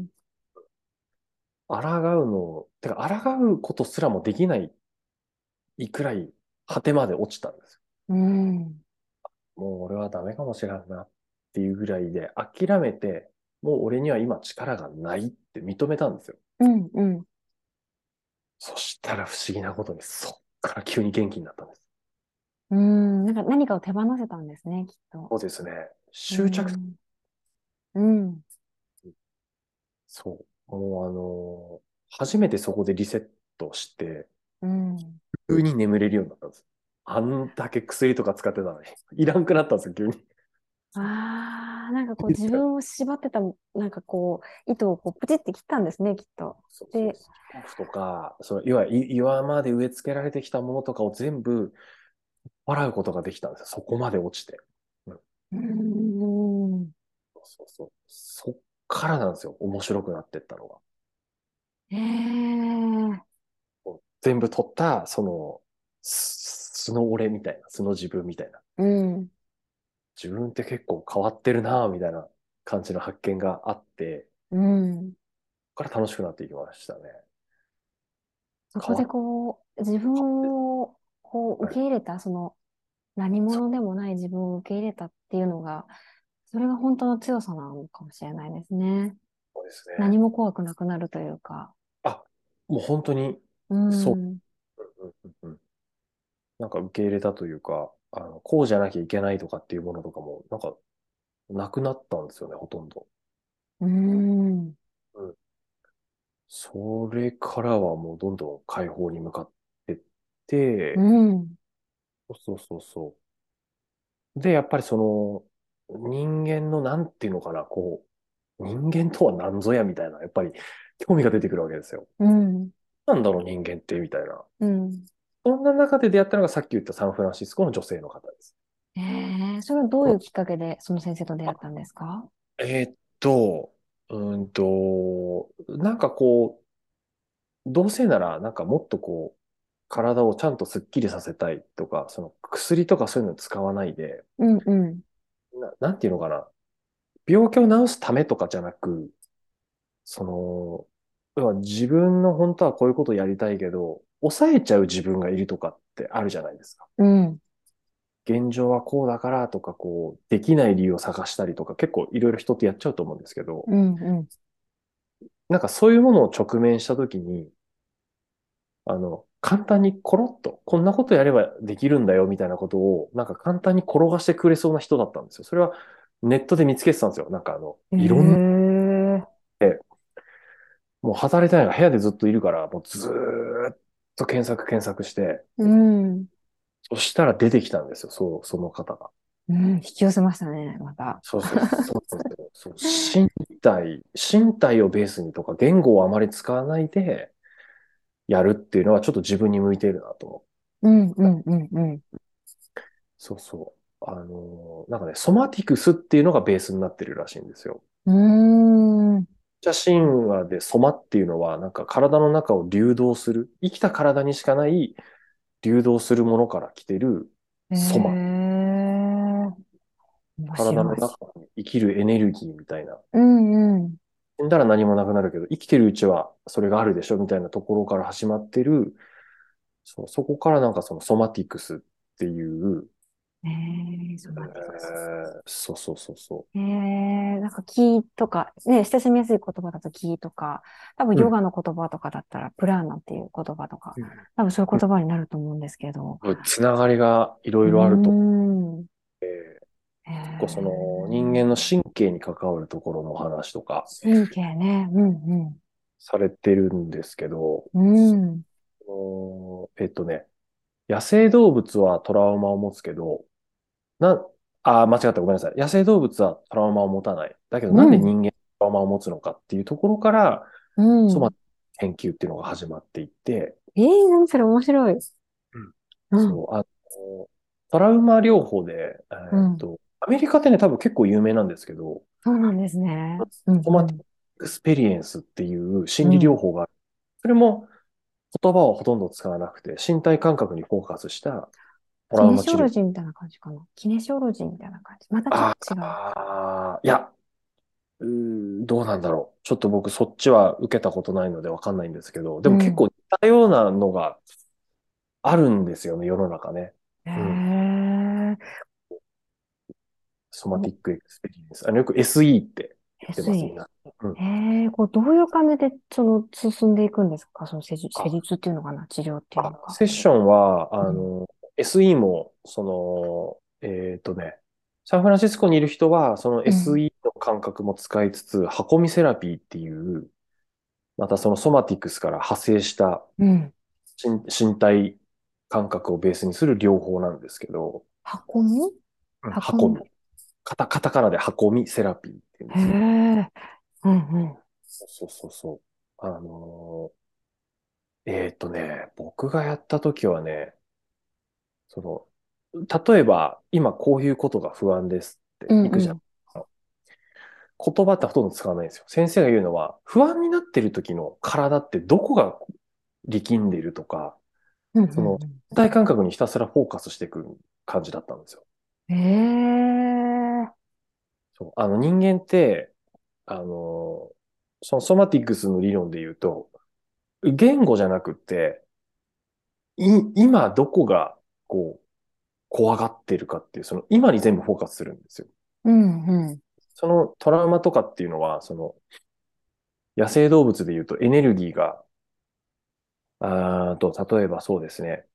抗うの、てか、抗うことすらもできないくらい、果てまで落ちたんですよ。 うん、 もう俺はダメかもしれんなっていうぐらいで、諦めて、もう俺には今力がないって認めたんですよ。 うん、うん。 そしたら不思議なことに、そっから急に元気になったんです。 なんか何かを手放せたんですね、きっと。 そうですね。 う執着、 ん、うん、 そう。初めてそこでリセットして、 うん。 急に眠れるようになったんです。あんだけ薬とか使ってたのに。いらんくなったんですよ、急に。 ああ、なんかこう自分を縛ってた、なんかこう、糸をこうプチって切ったんですね、きっと。で、 そうそうそう。恐怖とか、そのいわゆる今まで植え付けられてきたものとかを全部払うことができたんですよ。そこまで落ちて。うん、 うーん。 そうそう。そっからなんですよ。面白くなってったのが。 ええ、 全部取った、素の俺みたいな、素の自分みたいな。 うん、 自分って結構変わってるなぁ、みたいな感じの発見があって、 うん。 ここから楽しくなっていきましたね。 そこで変わっ、 こう、自変わって、 分をこうはい。 受け入れた、その何者そでもない自分を受け入れたっていうのが、それが本当の強さなのかもしれないですね。 うですね。 何も怖くなくなるというか。 あ、もう本当に、 うそう。 ん、 うんうんうんうん、なんか受け入れたというか、こうじゃなきゃいけないとかっていうものとかも、なんか、なくなったんですよね、ほとんど。 うん、 うん。それからはもうどんどん解放に向かってっうて、 ん、 そうそうそう。で、やっぱり人間のなんていうのかな、こう、人間とは何ぞやみたいな、やっぱり興味が出てくるわけですよ。 うん、 なんだろう、人間って、みたいな。 うん。 そんな中で出会ったのがさっき言ったサンフランシスコの女性の方です。 それはどういうきっかけでその先生と出会ったんですか？ えーっと、なんかこう、どうせなら、なんかもっとこう、体をちゃんとスッキリさせたいとか、その薬とかそういうの使わないで、 うんうん。 なんていうのかな。病気を治すためとかじゃなく、その、要は自分の本当はこういうことをやりたいけど、抑えちゃう自分がいるとかってあるじゃないですか。 うん。 現状はこうだからとか、こう、できない理由を探したりとか、結構いろいろ人ってやっちゃうと思うんですけど、 うんうん。 なんかそういうものを直面したときに、簡単にコロッと、こんなことやればできるんだよみたいなことを、なんか簡単に転がしてくれそうな人だったんですよ。それはネットで見つけてたんですよ。なんかへいろんな、 え。 もう働いてないから部屋でずっといるから、もうずーっと検索して、 うん。 そしたら出てきたんですよ。そう、その方が。 うん。引き寄せましたね、また。 そうそう、そうなんですよ。そう、身体をベースにとか言語をあまり使わないでやるっていうのはちょっと自分に向いているなと思っうんうた。 んうんうん。 そうそう。なんかね、ソマティクスっていうのがベースになってるらしいんですよ。 うーん。 じゃ神話でソマっていうのは、なんか体の中を流動する、生きた体にしかない流動するものから来てるへソマ。 え。面体の白い。 中に生きるエネルギーみたいな。 うんうん。 死んだら何もなくなるけど、生きてるうちはそれがあるでしょみたいなところから始まってる、そこからなんかそのソマティクスっていう、 ソマティクス。 そうそうそうそなんか気とか、ね、親しみやすい言葉だと気とか、多分う。うん。 ヨガの言葉とかだったらプラーナっていう言葉とか、 うん多分そういううん言葉になると思うんですけど。 つながりがいろうーいろあると、 ん。え結構その人ー、 間の神経に関わるところの話とか神経ね。うんされてるんですけど、 うん。うん。 野生動物はトラウマを持つけど、な、間違った、ごめんなさい。野生動物はトラウマを持たない。だけどなんでうん。 人間はトラウマを持つのかっていうところから、 うん。 ソマ研究っていうのが始まっていて、 何それ面白い。 うんうん。 そう、トラウマ療法で、 うん。 アメリカってね、多分結構有名なんですけど、 そうなんですね。うんソマティッうん。 クエクスペリエンスっていう心理療うん。 法がある。それも言葉をほとんど使わなくて、身体感覚にフォーカスしたトラキネシオウマ治療。 ロジーみたいな感じかな。キネシオロジーみたいな感じ。またちょっと違う。 いや、どうなんだろう。ちょっと僕そっちは受けたことないのでわかんないんですけど、でうん。 も結構似たようなのがあるんですよね、世の中ね。 へうん。 え。 ソマティックエクスペリエンス。よく SE って言ってます、みん SE。 な。うん。 どういう感じで、進んでいくんですか？その施あ、 術っていうのかな、治療っていうのか。 セッションは、 うん。 SE も、サンフランシスコにいる人は、そのうん。 SE の感覚も使いつつ、運びセラピーっていう、またそのソマティクスから派生したうん。 身体感覚をベースにする療法なんですけど、 運びうん運び。 運び。カタカナで運びセラピーって言うんでへすよ。 え。うんうん。 そうそうそう。僕がやった時はね、そ例えば、今こういうことが不安ですって行くじゃん。 うんうん。 言葉ってほとんど使わないんですよ。先生が言うのは、不安になってる時の体ってどこが力んでいるとか、 うんその、 うん身体感覚にひたすらフォーカスしていく感じだったんですよ。 うん。 そう、人間って、あの、そのソマティクスの理論で言うと、言語じゃなくって、今どこが、こう、怖がってるかっていう、その今に全部フォーカスするんですよ。 うんうん。 そのトラウマとかっていうのは、その野生動物で言うとエネルギーが、例えばそうですね、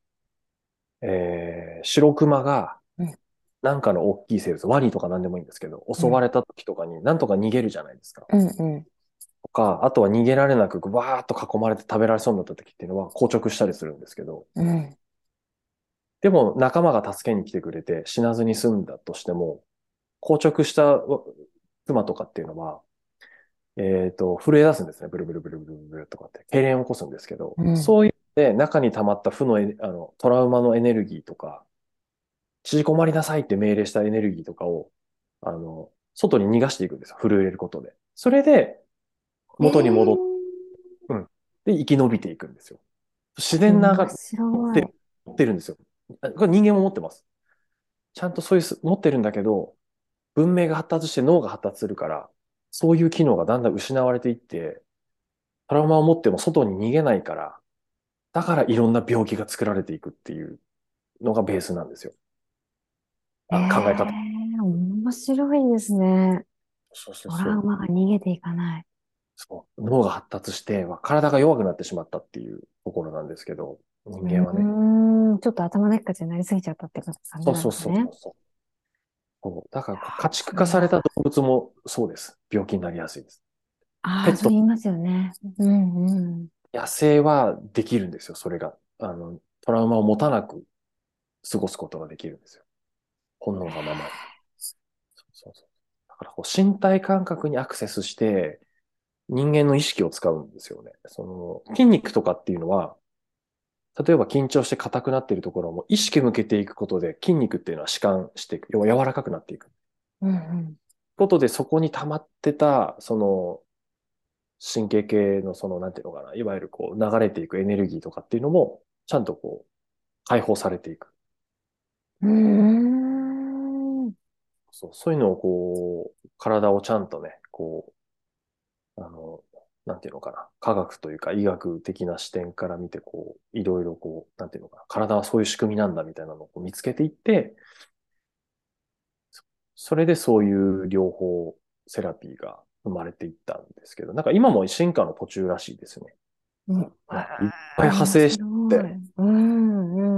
白クマがうんなんかの大きい生物、ワニとか何でもいいんですけど、 うん襲われた時とかになんとか逃げるじゃないですか。 うんうん。 とか、あとは逃げられなく、わーっと囲まれて食べられそうになった時っていうのは硬直したりするんですけど、 うん。 でも仲間が助けに来てくれて死なずに済んだとしても、硬直したクマとかっていうのは、震え出すんですね。ブルブルブルブルブルとかって、痙攣を起こすんですけど、 うん。 そういうで中に溜まった負のトラウマのエネルギーとか、縮こまりなさいって命令したエネルギーとかを、外に逃がしていくんですよ。震えることで。それで、元に戻っ、うん。で、生き延びていくんですよ。自然な面が持ってる、 白い。 持ってるんですよ。これ人間も持ってます。ちゃんとそういう持ってるんだけど、文明が発達して脳が発達するから、そういう機能がだんだん失われていって、トラウマを持っても外に逃げないから、だからいろんな病気が作られていくっていうのがベースなんですよ。考え方。 面白いですね。 そうそうトラウそう。 マが逃げていかない。 そう。脳が発達して、体が弱くなってしまったっていうところなんですけど、人う間はね。 ちょっと頭でっかちになりすぎちゃったって感じそうそうなんですね。 そうそうそう。そうだから家畜化されそう。 た動物もそうです。病気になりやすいです。 ああ、 ペット、 そう言いますよね。うんうん。 野生はできるんですよ、それが。トラウマを持たなく過ごすことができるんですよ。本能のままに。そうそうそう。だからこう身体感覚にアクセスして人間の意識を使うんですよね。その筋肉とかっていうのは、例えば緊張して硬くなっているところも意識向けていくことで筋肉っていうのは弛緩していく。要は柔らかくなっていく。 うんうん。 ことでそこに溜まってた、その神経系のその、なんていうのかな、いわゆるこう流れていくエネルギーとかっていうのも、ちゃんとこう解放されていく。 うーん。 そういうのをこう、体をちゃんとね、こう、なんていうのかな、科学というか医学的な視点から見て、こう、いろいろこう、なんていうのかな、体はそういう仕組みなんだみたいなのをこう見つけていって、 それでそういう療法セラピーが生まれていったんですけど、なんか今も進化の途中らしいですね。 うん、 なんかいっぱい派面生して、 白い。うん、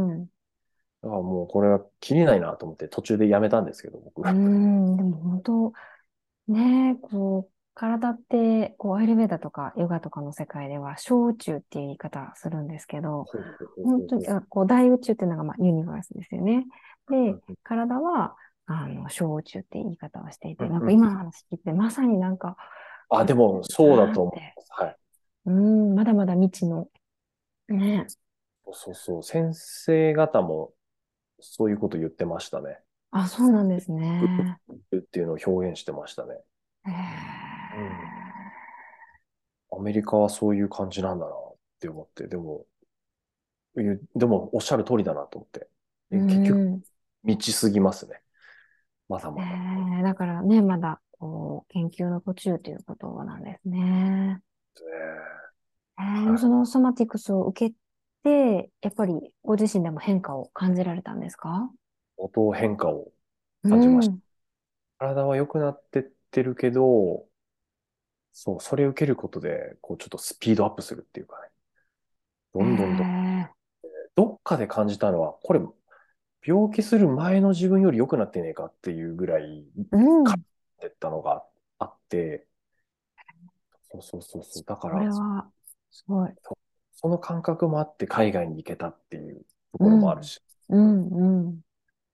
うん。 だからもうこれは切りないなと思って途中でやめたんですけど、僕。 でも本当、ね、こう、体って、こう、アイルベーダとかヨガとかの世界では、小宇宙っていう言い方するんですけど、 ほうほうほう本当に、 ほうほう。 こう、大宇宙っていうのが、まあ、ユニバースですよね。で、 うんうん体は、小宇宙って言い方をしていて、 うんうん。 なんか今の話聞いて、まさになんか、 あ、でもそうだと思いなーって、 ます。はい。 まだまだ未知の、ね。 そうそうそう。先生方もそういうこと言ってましたね。 あ、そうなんですね。 っていうのを表現してましたね。 へうん。 ーアメリカはそういう感じなんだなって思って、でもおっしゃる通りだなと思って。 う結局、 ん。 未知すぎますね。まだまだ。 だからね、まだ、こう、研究の途中ということなんですね。 ですね。 でもはい。 そのソマティクスを受けて、やっぱりご自身でも変化を感じられたんですか？ 音変化をう感じました。 ん。 体は良くなってってるけど、そう、それを受けることで、こう、ちょっとスピードアップするっていうかね。どえんどんどん、 ー、 どっかで感じたのは、これ、病気する前の自分より良くなってねえかっていうぐらい、 うかん。 ってったのがあって、そうそうそうそう。だかこれら、 は、すごい。 その感覚もあって海外に行けたっていうとうころもあるん。 し、 うん、うん。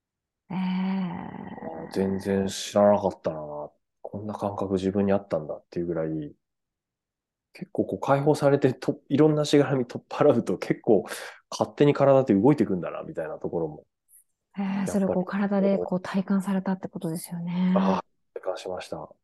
全然知らなかったな。こんな感覚自分にあったんだっていうぐらい、結構こう解放されていろんなしがらみ取っ払うと結構勝手に体って動いていくんだな、みたいなところも、やっぱり、 それをこう体でこう体感されたってことですよね。 ああ、体感しました。はい。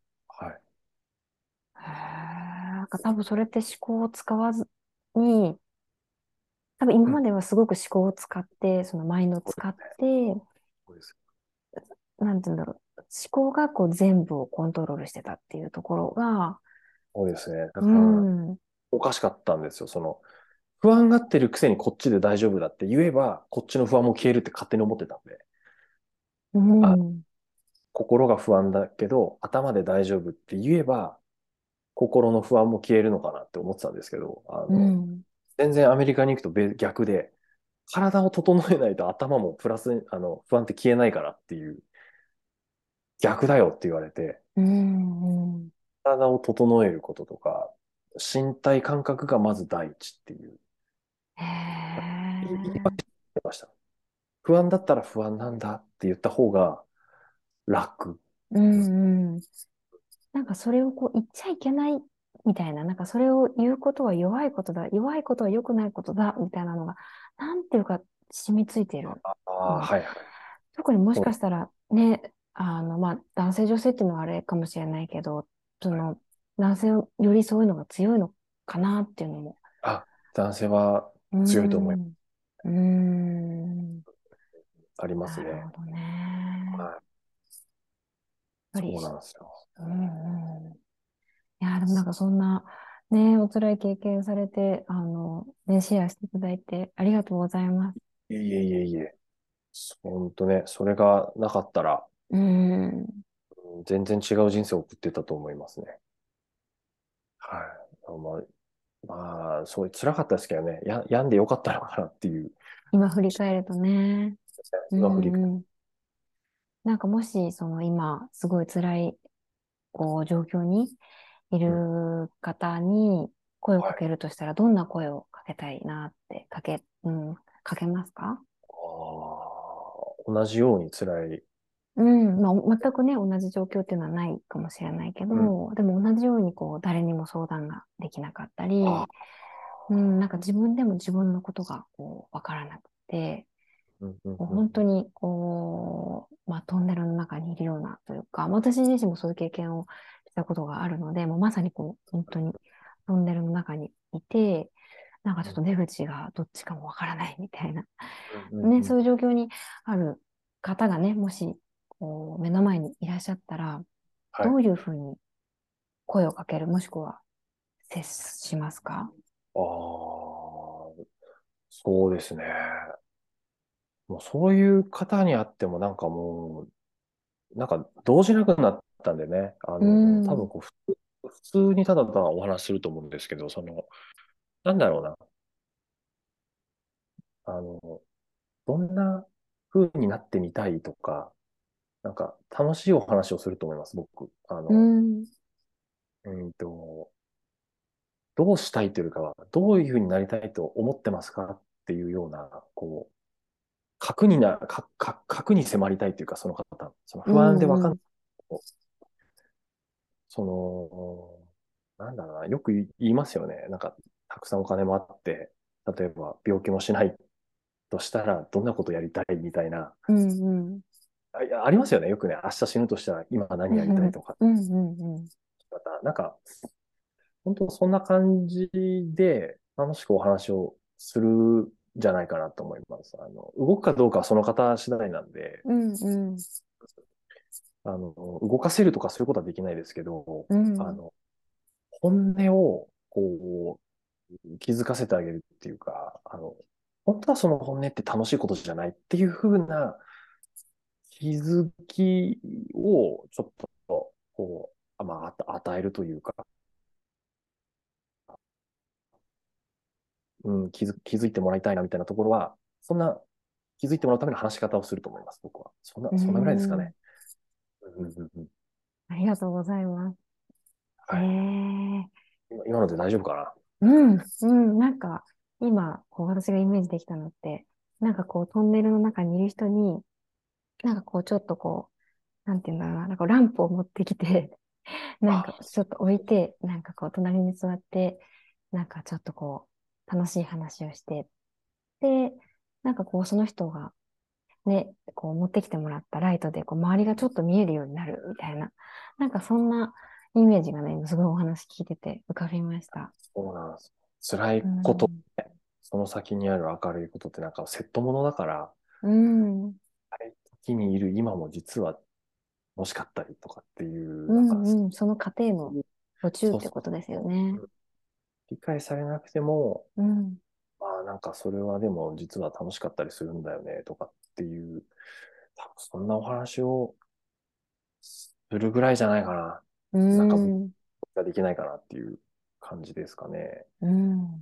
なんか多分それって思考を使わずに、多分今うん、 まではすごく思考を使って、そのマインドを使って、 そうです。 なんて言うんだろう。思考がこう全部をコントロールしてたっていうところが、 そうですね。だうから、 ん、 おかしかったんですよ。不安がってるくせにこっちで大丈夫だって言えば、こっちの不安も消えるって勝手に思ってたんで。 うあ、 ん、 心が不安だけど、頭で大丈夫って言えば、心の不安も消えるのかなって思ってたんですけど、 うん、 全然アメリカに行くと逆で、体を整えないと頭もプラス、不安って消えないからっていう、逆だよって言われて、 うん、うん。 体を整えることとか、身体感覚がまず第一っていう、 へ言いえ、 ました。不安だったら不安なんだって言った方が楽。 うん、うん。なんかそれをこう言っちゃいけないみたいな、なんかそれを言うことは弱いことだ、弱いことは良くないことだ、みたいなのが、なんていうか染みついてる。 ああ、 うん、 はいはい。 特にもしそうかしたらね、まあ、男性女性っていうのはあれかもしれないけど、そはい。 の、男性よりそういうのが強いのかなっていうのも。 あ、男性はうー強いと思います。 ん、うーん、 ありますね。 なるほどね。やっはい。 ぱり、 そうなんですよ。 うん、いや、でもなんかそんな、ね、お辛い経験されて、ね、シェアしていただいてありがとうございます。 いえいえいえいえ。本当ね、それがなかったら、 うん、 全然違う人生を送ってたと思いますね。はい。まあ、そう、辛かったですけどね。病んでよかったのかなっていう、 今振り返るとね。う今振り返ん、うん。なんかもし、その今、すごい辛い、こう、状況にいうん。 る方に声をかはい。 けるとしたら、どんな声をかけたいなってかけますか？ 同じように辛い。 うん、まあ、全くね、同じ状況っていうのはないかもしれないけうん。 ど、でも同じようにこう、誰にも相談ができなかったり、 ああ、 なんか自分でも自分のことがこう、わからなくて、 うんうんこううんうん。 本当にこう、まあ、トンネルの中にいるようなというか、まあ私自身もそういう経験をしたことがあるので、もうまさにこう、本当にトンネルの中にいて、なんかちょっと出口がどっちかもわからないみたいな、ね、 うんうんうん。 そういう状況にある方がね、もし、こう、目の前にいらっしゃったら、 はい。 どういうふうに声をかける、もしくは接しますか？ ああ、そうですね。もうそういう方にあってもなんかもう、 なんか動じなくなったんでね、 うん、 多分こう、普通にただただお話しすると思うんですけど、なんだろうな、あの、どんな風になってみたいとか、なんか楽しいお話をすると思います、僕。 うん、 うんと、どうしたいというかは、どういう風になりたいと思ってますかっていうような、こう、核に迫りたいというか、その方、そのう不安でわかんん、 ない、そなんだろうな、よく言いますよね。なんか、たくさんお金もあって、例えば病気もしないとしたら、どんなことやりたいみたいな、 うん、うん、 いやありますよね。よくね、明日死ぬとしたら、今何やりたいとか、 うん、うん、 また、なんか、本当そんな感じで楽しくお話をするんじゃないかなと思います。動くかどうかはその方次第なんで、 うん、うん、 動かせるとかそういうことはできないですけど、 うん、 あの、本音を、こ気づかせてあげるっていうか、本当はその本音って楽しいことじゃないっていう風な気づきをちょっと、まあ、与えるというか、気づいてもらいたいなみたいなところは、そんな気づいてもらうための話し方をすると思います、僕は。 うそんなぐらいですかん。 ね。うんうんうん。 ありがとうございます。えはい。 え、 今ので大丈夫かな？ うん、うん、なんか、今、こう、私がイメージできたのって、なんかこう、トンネルの中にいる人に、なんかこう、ちょっとこう、なんていうんだろうな、なんかランプを持ってきて、なんかあ、 ちょっと置いて、なんかこう、隣に座って、なんかちょっとこう、楽しい話をして、で、なんかこう、その人がね、こう、持ってきてもらったライトで、こう、周りがちょっと見えるようになるみたいな、なんかそんなイメージがね、今すごいお話聞いてて浮かびました。 そうなんです。辛ういこと、 ん。 その先にある明るいことってなんかセットものだから、 うん。 辛い時にいる今も実は楽しかったりとかっていう、 うなんか、 んうん。その過程の途中っそうそてことですよね。 う、理解されなくても、 うん。 まあなんかそれはでも実は楽しかったりするんだよねとかっていう、多分そんなお話をするぐらいじゃないかな。 うなんか僕ん。 ができないかなっていう感じですかね。 うん。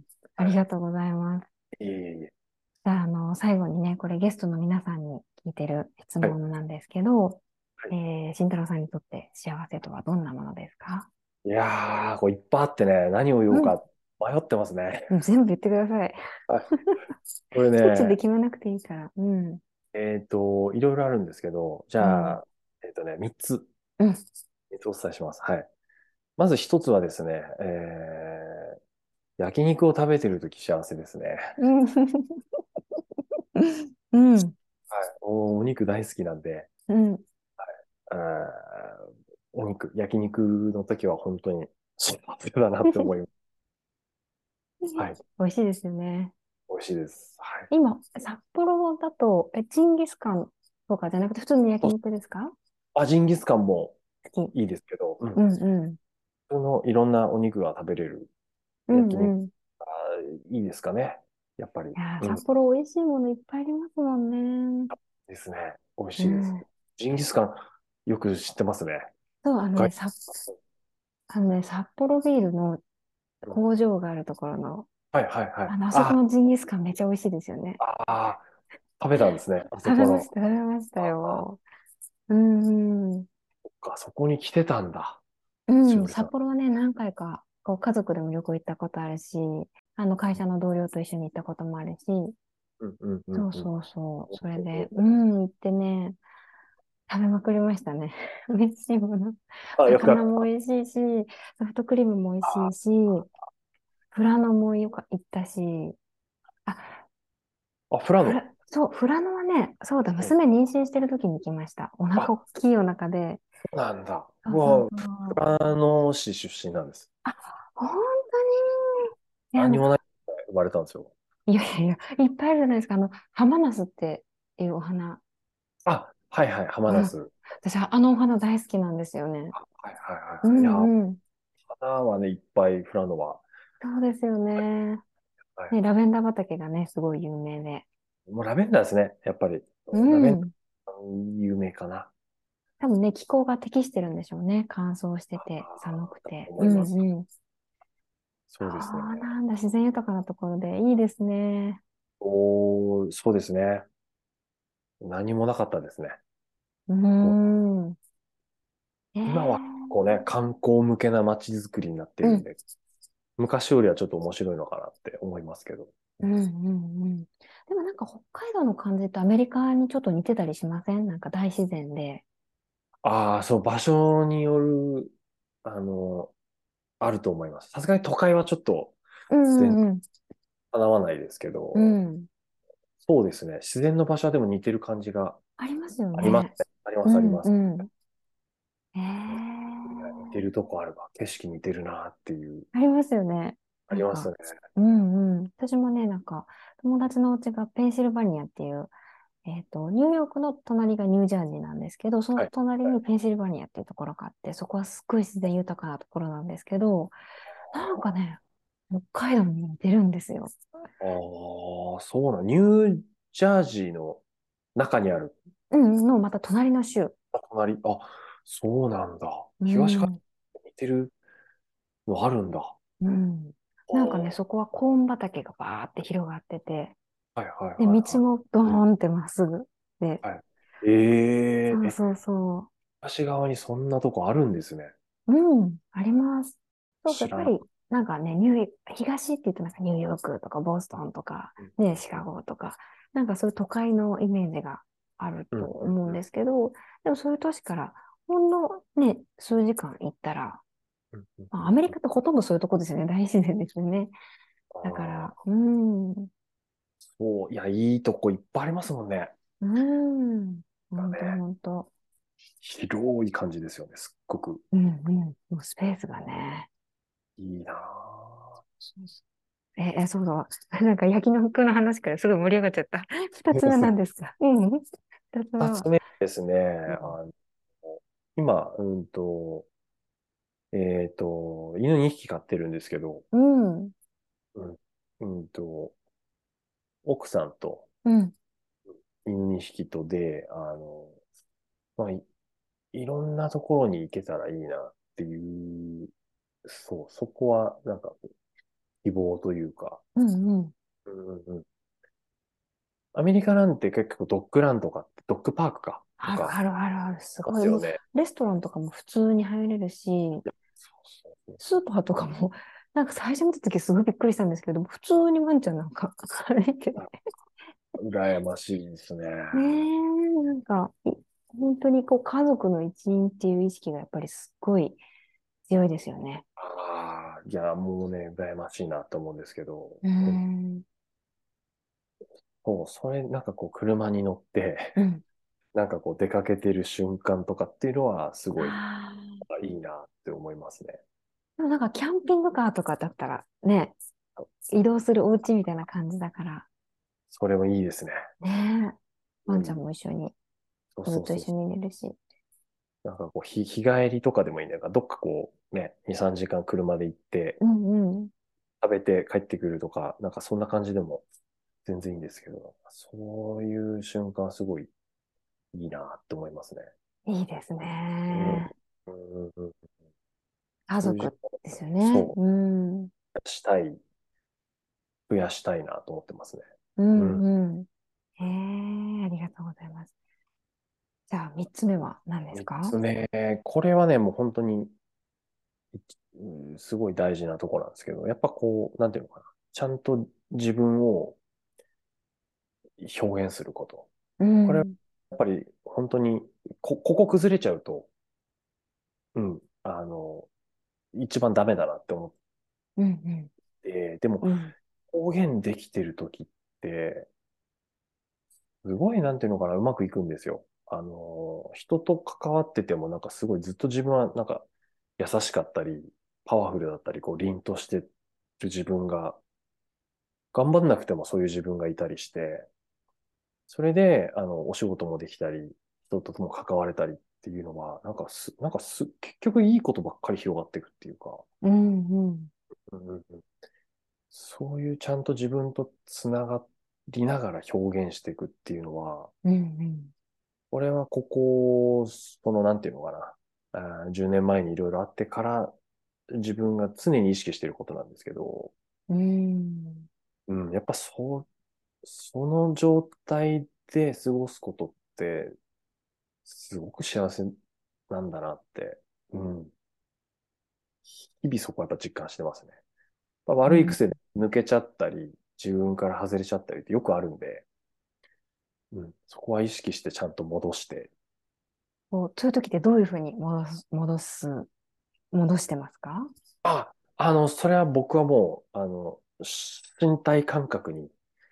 あはい。 りがとうございます。 いえいえいえ。 じゃあ、最後にね、これゲストの皆さんに聞いてる質はい。 問なんですけど、 はい。 慎太郎さんにとって幸せとはどんなものですか？ いやー、これいっぱいあってね、何を言おううん。 か迷ってますね。 全部言ってください。 はい。これ一つでね、 決めなくていいから。うん。 いろいろあるんですけど、じうん。 ゃあ、3つ、 うん。 3つお伝えします。はい。まず1つはですね、焼肉を食べてるとき幸せですね。 うん。うん。 はい。お肉大好きなんで、 うん。 あ焼肉の時は本当に幸せだなって思います。はい。 美味しいですよね。 美味しいです。はい。 今、札幌だと、ジンギスカンとかじゃなくて、普通の焼そう、 肉ですか？ ジンギスカンも好き。 いいですけど、 うんうん。 普通のいろんなお肉が食べれるうん焼肉、 うん。 いいですかね。やっぱり。 いやー、 うん。 札幌美味しいものいっぱいありますもんね。 ですね。美味しいです。 うん。 ジンギスカン、よく知ってますね。 そう、 外札幌ビールのうん工場があるところの、 はいはいはい。 あそこのジンギスカンめっちゃ美味しいですよね。 あ食べたんですね。あそこの。 食べました、食べましたあよ。うんうん。 そっか、そこに来てたんだ。しうん、 おりさん。 札幌はね、何回か、こう、家族でも旅行行ったことあるし、会社の同僚と一緒に行ったこともあるし、 うんうんうんうん。 そうそうそう。それで、うん、行ってね、食べまくりましたね。美味しいもの。 よかった。 魚も美味しいし、ソフトクリームも美味しいし、フラノも行ったし、あ、 フラノ。 そう、フラノはね、そうだ、 うん、 娘妊娠してる時に行きました。お腹大そきいお腹で。 うなんだ。 そうそうそフう。 ラノ市出身なんです。 あ、本当に。いや、 何にもない生まれたんですよ。 いやいやいや、いっぱいあるじゃないですか。ハマナスっていうお花。 はいはい、浜うん。 ナス。 私、あのお花大好きなんですよね。 はいはいはいうはい。いや、 んうん。 花はね、いっぱいフラノは。 そうですよね。ね、 はいはラベンダー畑がね、すごい有名で。 い。もうラベンダーですね、やっぱり。 うラベンん。 ダー有名かな。 多分ね、気候が適してるんでしょうね。乾燥してて、寒くあーとて。う思います。 んうん。そそうですね。 うなんだ。自然豊かなところでいいですね。 そうですね。何もなかったですね。 うーもうん。 今はこうね、観光向けな街づくりになってうん。 るんで、昔よりはちょっと面白いのかなって思いますけど。 うんうんうん。でもなんか北海道の感じってアメリカにちょっと似てたりしません？なんか大自然で。 ああ、そう、場所による、あの、あると思います。さすがに都会はちょっとう全然んうん叶わないですけど、 うん。うん。 そうですね。自然の場所はでも似てる感じがありますよね。 ありますね。あります、ありうんます。 うん。え似てるとこあるわ。景色似てるなっていう、 ありますよね。なんか、 ありますね。 うんうん。私もね、なんか、友達のお家がペンシルバニアっていう、ニューヨークの隣がニュージャージーなんですけど、そのはい。 隣にペンシルバニアっていうところがあって、そこはすっごい自然豊かなところなんですけど、なんかね、北海道に似てるんですよ。 ああ、そうなん、ニュージャージーの中にあるうんの、また隣の州。 隣、あ、そうなんだ。 う東からん、 似てるのあるんだ。 うん。 あなんかね、 ーそこはコーン畑がバーって広がってて、 はいはいで、道はいはもドーンってまっすぐで、 い。はい。えー、 そうそうそ東側にそんなとこあるんですね。 う。うん、あります。そうそう、 知らなかっやっぱり、なんかね、東って言うとなんかニューヨークとかボストンとか、 た。うんね、シカゴとか、なんかそういう都会のイメージがあるうんと思うんうんですけど、でもそういう都市からほんのね、数時間行ったら、 うんうんまあ、アうんうん。 メリカってほとんどそういうとこですよね。大自然ですよね。 あだから、 あ、 うん、うそう、いや、いいとこいっぱいありますもんね。 ん、ほんとだね。 ほんと。 広い感じですよね。すっごくうんうん。もうスペースがね。 いいなぁ。 そうそう。そうだ。なんか焼肉の話からすごい盛り上がっちゃった。二つ目なんですか？うん。二つ目は。 二つ目ですね。 うん。 の今、犬2匹飼ってるんですけど、 うん。 うん、うんと、奥さんとうん。 犬2匹とで、まあ、いろんなところに行けたらいいなっていう、そう、そこはなんか希望というか、 うん。うん。 うんうん、アメリカなんて結構ドッグランとかって、ドッグパークか、とか、 あるあるあるある。すごい。もう、 ますよね。 レストランとかも普通に入れるし、 そうそうスーパーとかも、なんか最初見た時すごいびっくりしたんですけど、普通にワンちゃんなんか歩いてて。 羨ましいですね。 ねえ、なんか、本当にこう家族の一員っていう意識がやっぱりすっごい強いですよね。 ああ、いや、もうね、羨ましいなと思うんですけど、 うーん。 そう、それ、なんかこう、車に乗って、 うん。 なんかこう、出かけてる瞬間とかっていうのは、すごいああ。 いいなって思いますね。 でもなんかキャンピングカーとかだったらね、移動するお家みたいな感じだから、 それもいいですね。 ねえ、ワンちゃんうん。 も一緒に、 そうそうそう。 ずっと一緒に寝るし。 なんかこう、日帰りとかでもいいね。なんかどっかこう、ね、2、3時間車で行って、 うんうん。 食べて帰ってくるとか、なんかそんな感じでも全然いいんですけど、そういう瞬間すごいいいなって思いますね。 いいですうん。 ね。 うんうん、そういう時家族ですよね。 そうん。うんう、増やしたいなと思ってますね。 ううん。 ん。へえ、ありがとうございます。じゃあ、三つ目は何です三か？ つ目、これはね、もう本当に、すごい大事なところなんですけど、やっぱこう、なんていうのかな。ちゃんと自分を表現すること。 うこれはん。 やっぱり本当に、ここ崩れちゃうと、うん、一番ダメだなって思っうんて、でもうん。うん。 表現できてる時って、すごいなんていうのかな、うまくいくんですよ。人と関わっててもなんかすごいずっと自分はなんか優しかったり、パワフルだったり、こう凛としてる自分が、頑張んなくてもそういう自分がいたりして、それで、お仕事もできたり、人とも関われたりっていうのは、結局いいことばっかり広がっていくっていうか、 うんうん。 うんうんうん、そういうちゃんと自分とつながりながら表現していくっていうのは、 うんこれはここ、なんていうのかな。10年前にいろいろあってから、自分が常に意識していることなんですけど、 うーん。 うん、やっぱその状態で過ごすことって、すごく幸せなんだなって、うん、日々そこはやっぱ実感してますね。 うん。 悪い癖で抜けちゃったり、自分から外れちゃったりってよくあるんで、うん、そこは意識してちゃんと戻して。 そういう時ってどういうふうに戻してますか？ それは僕はもう、身体感覚に、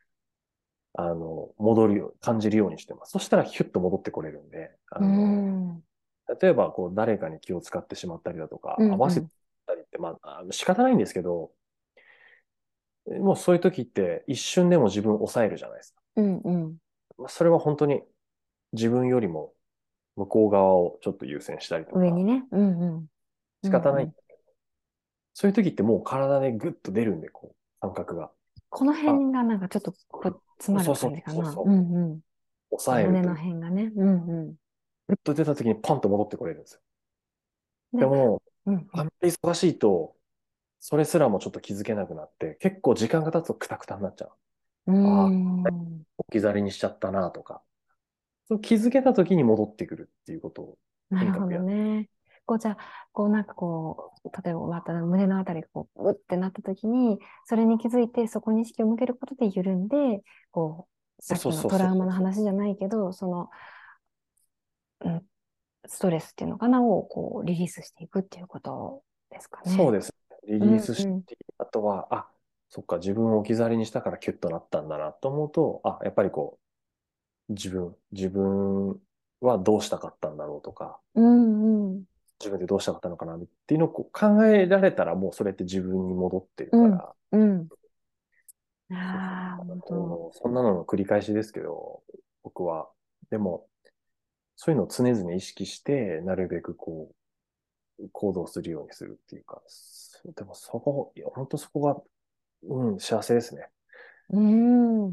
感じるようにしてます。そしたらヒュッと戻ってこれるんで、 うーん。 例えば、こう、誰かに気を使ってしまったりだとか、合わせうんうん。 たりって、まあ、仕方ないんですけど、もうそういう時って一瞬でも自分を抑えるじゃないですか。 うんうん。 まあ、それは本当に自分よりも向こう側をちょっと優先したりとか、 上にね。うんうん。う仕方ない。 んうん。 そういう時ってもう体でグッと出るんで、こう、感覚が。 このあ、 辺がなんかちょっと詰まるそうそう感じかな。うそうそう。 んうん。胸の抑えるという。 辺がね。うんうグッと出た時にポンと戻ってこれるんですよ。 ん。で、 でも、 うんうん。 あんまり忙しいと、それすらもちょっと気づけなくなって、結構時間が経つとクタクタになっちゃう。 うーああ、 ん。 置き去りにしちゃったなとか。そう気づけた時に戻ってくるっていうことを、 なるほとにかくどね。じゃあ、なんか例えばまた胸のあたりがうってなった時に、それに気づいて、そこに意識を向けることで緩んで、さっきのそうそうそうトラウマのそうそう。 話じゃないけど、うん、ストレスっていうのかなをリリースしていくっていうことですかね。 そうです。リうリースしんうん。 て、あとは、そっか、自分を置き去りにしたからキュッとなったんだなと思うと、やっぱりこう、自分はどうしたかったんだろうとか、 うんうん。 自分でどうしたかったのかなっていうのをこう考えられたら、もうそれって自分に戻ってるうん。 から、 うん。 そうそう。 ああ、本当。 そんなのの繰り返しですけど、僕は。でも、そういうのを常々意識して、なるべくこう、行動するようにするっていうか、でもいや、本当そこが、幸せですね。 うん。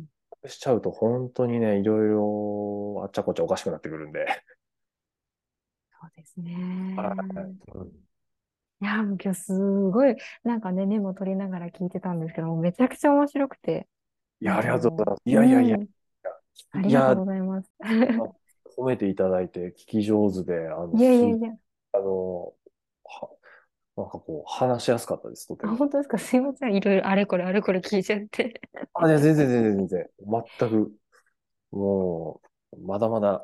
しちゃうと本当にね、いろいろあっちゃこっちゃおかしくなってくるんで。 そうですはね。 い。うん。 いや、もう今日すごい、なんかね、メモ取りながら聞いてたんですけども、めちゃくちゃ面白くて、 いや、ありがとうございます。いうやいやいや、 ん、ありがとういや、 ございます。 褒めていただいて聞き上手で、 いやいやいや、 あの、は、なんかこう、話しやすかったです、とても。 本当ですか？すいません。いろいろあれこれあれこれ聞いちゃって。 いや、全然全然全然。全く、もまだまだ、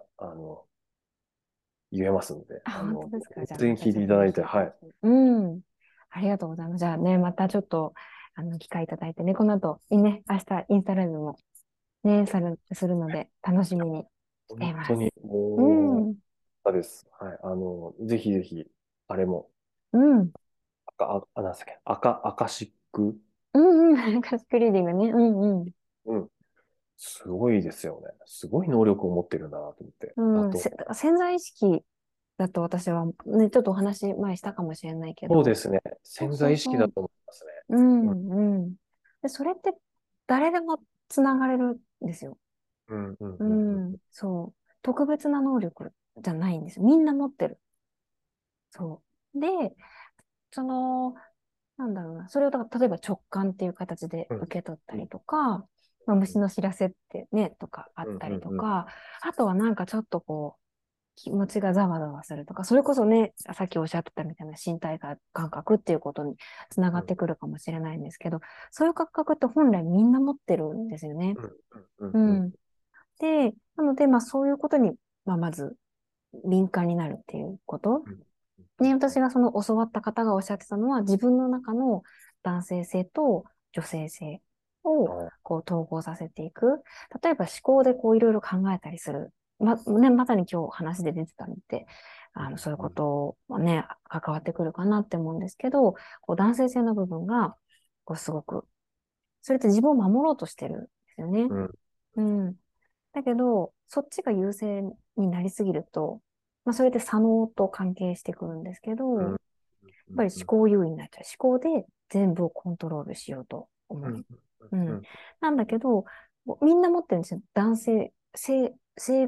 言えますんで、 本当ですか？じゃあ、 全然聞いまたちょっとていただいて、はい。 ぜひぜひ。うん。ありがとうございます。じゃあね、またちょっと、機会いただいてね、この後、明日、インスタライブもね、するので、楽しみにして本当に、 います。うもん。 う、です。はい。ぜひぜひ、あれも、 うん。 なんですっけ、アカシック、 うんうん。カスクリーディングね。うんうん。 うん、すごいですよね。すごい能力を持ってるんだなと思って。あうん、 と、 潜在意識だと私はね、ちょっとお話前したかもしれないけど、 そうですね。 そう潜在意識そうそう。 だと思いますね。 ううん、 んうん。で、それって誰でもつながれるんですよ。 うん、うん、 ううん。うんん、そう。特別な能力じゃないんですよ。みんな持ってる。そう。で、その、なんだろうな。それをだから例えば直感っていう形でうん、 受け取ったうん、 りとか、まあ、虫の知らせってね、とかあっうん、 たうん、うん。 りとか、あとはなんかちょっと気持ちがざわざわするとか、それこそね、さっきおっしゃってたみたいな身体感覚っていうことにつながってくるかもしれないんですけど、そういう感覚って本来みんな持ってるんですよね。 うん、うん、うん、 うん。で、なので、まあそういうことに、まあまず敏感になるっていうこと。 うん、 ね、私がその教わった方がおっしゃってたのは、自分の中の男性性と女性性を統合させていく。例えば思考でいろいろ考えたりする。ね、まさに今日話で出てたので、そういうことはね、関わってくるかなって思うんですけど、男性性の部分が、すごく、それって自分を守ろうとしてるんですよね。 うん、 うん。だけど、そっちが優勢になりすぎると、まあ、それで左脳と関係してくるんですけど、やっうん、 ぱり思考優位になっちゃう。思考で全部をコントロールしようと思う。 うん、 うん。 うん、 なんだけど、みんな持ってるんですよ。男性、性別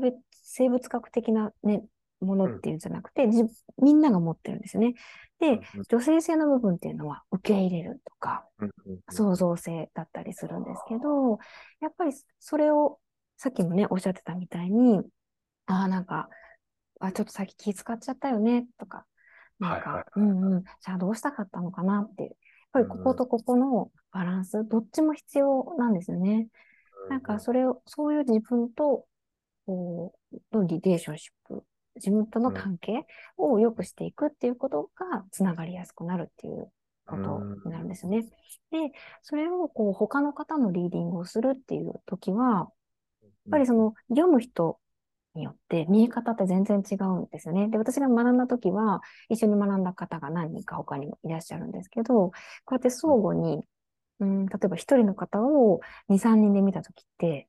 生物学的なね、ものうん。 っていうんじゃなくて、みんなが持ってるんですよね。で、 うん。うん。 女性性の部分っていうのは受け入れるとか、 うん。うん。うん。 創造性だったりするんですけど、やっぱりそれを、さっきもね、おっしゃってたみたいに、なんか、ちょっとさっき気使っちゃったよね、とか、なんはいはいか、うはい。 んうん、じゃあどうしたかったのかなっていう。やっぱうりここん。 とここのバランス、どっちも必要なんですよね。なんかそれを、そういう自分と、のリレーションシップ、自分とのうん。 関係を良くしていくっていうことがつながりやすくなるっていううことになるんですよん。 ね。で、それを他の方のリーディングをするっていう時は、やっうん。 ぱりその読む人によって見え方って全然違うんですよね。で、私が学んだ時は、一緒に学んだ方が何人か他にもいらっしゃるんですけど、こうやってうん。 相互に、例えば一人の方を2、3人で見た時って、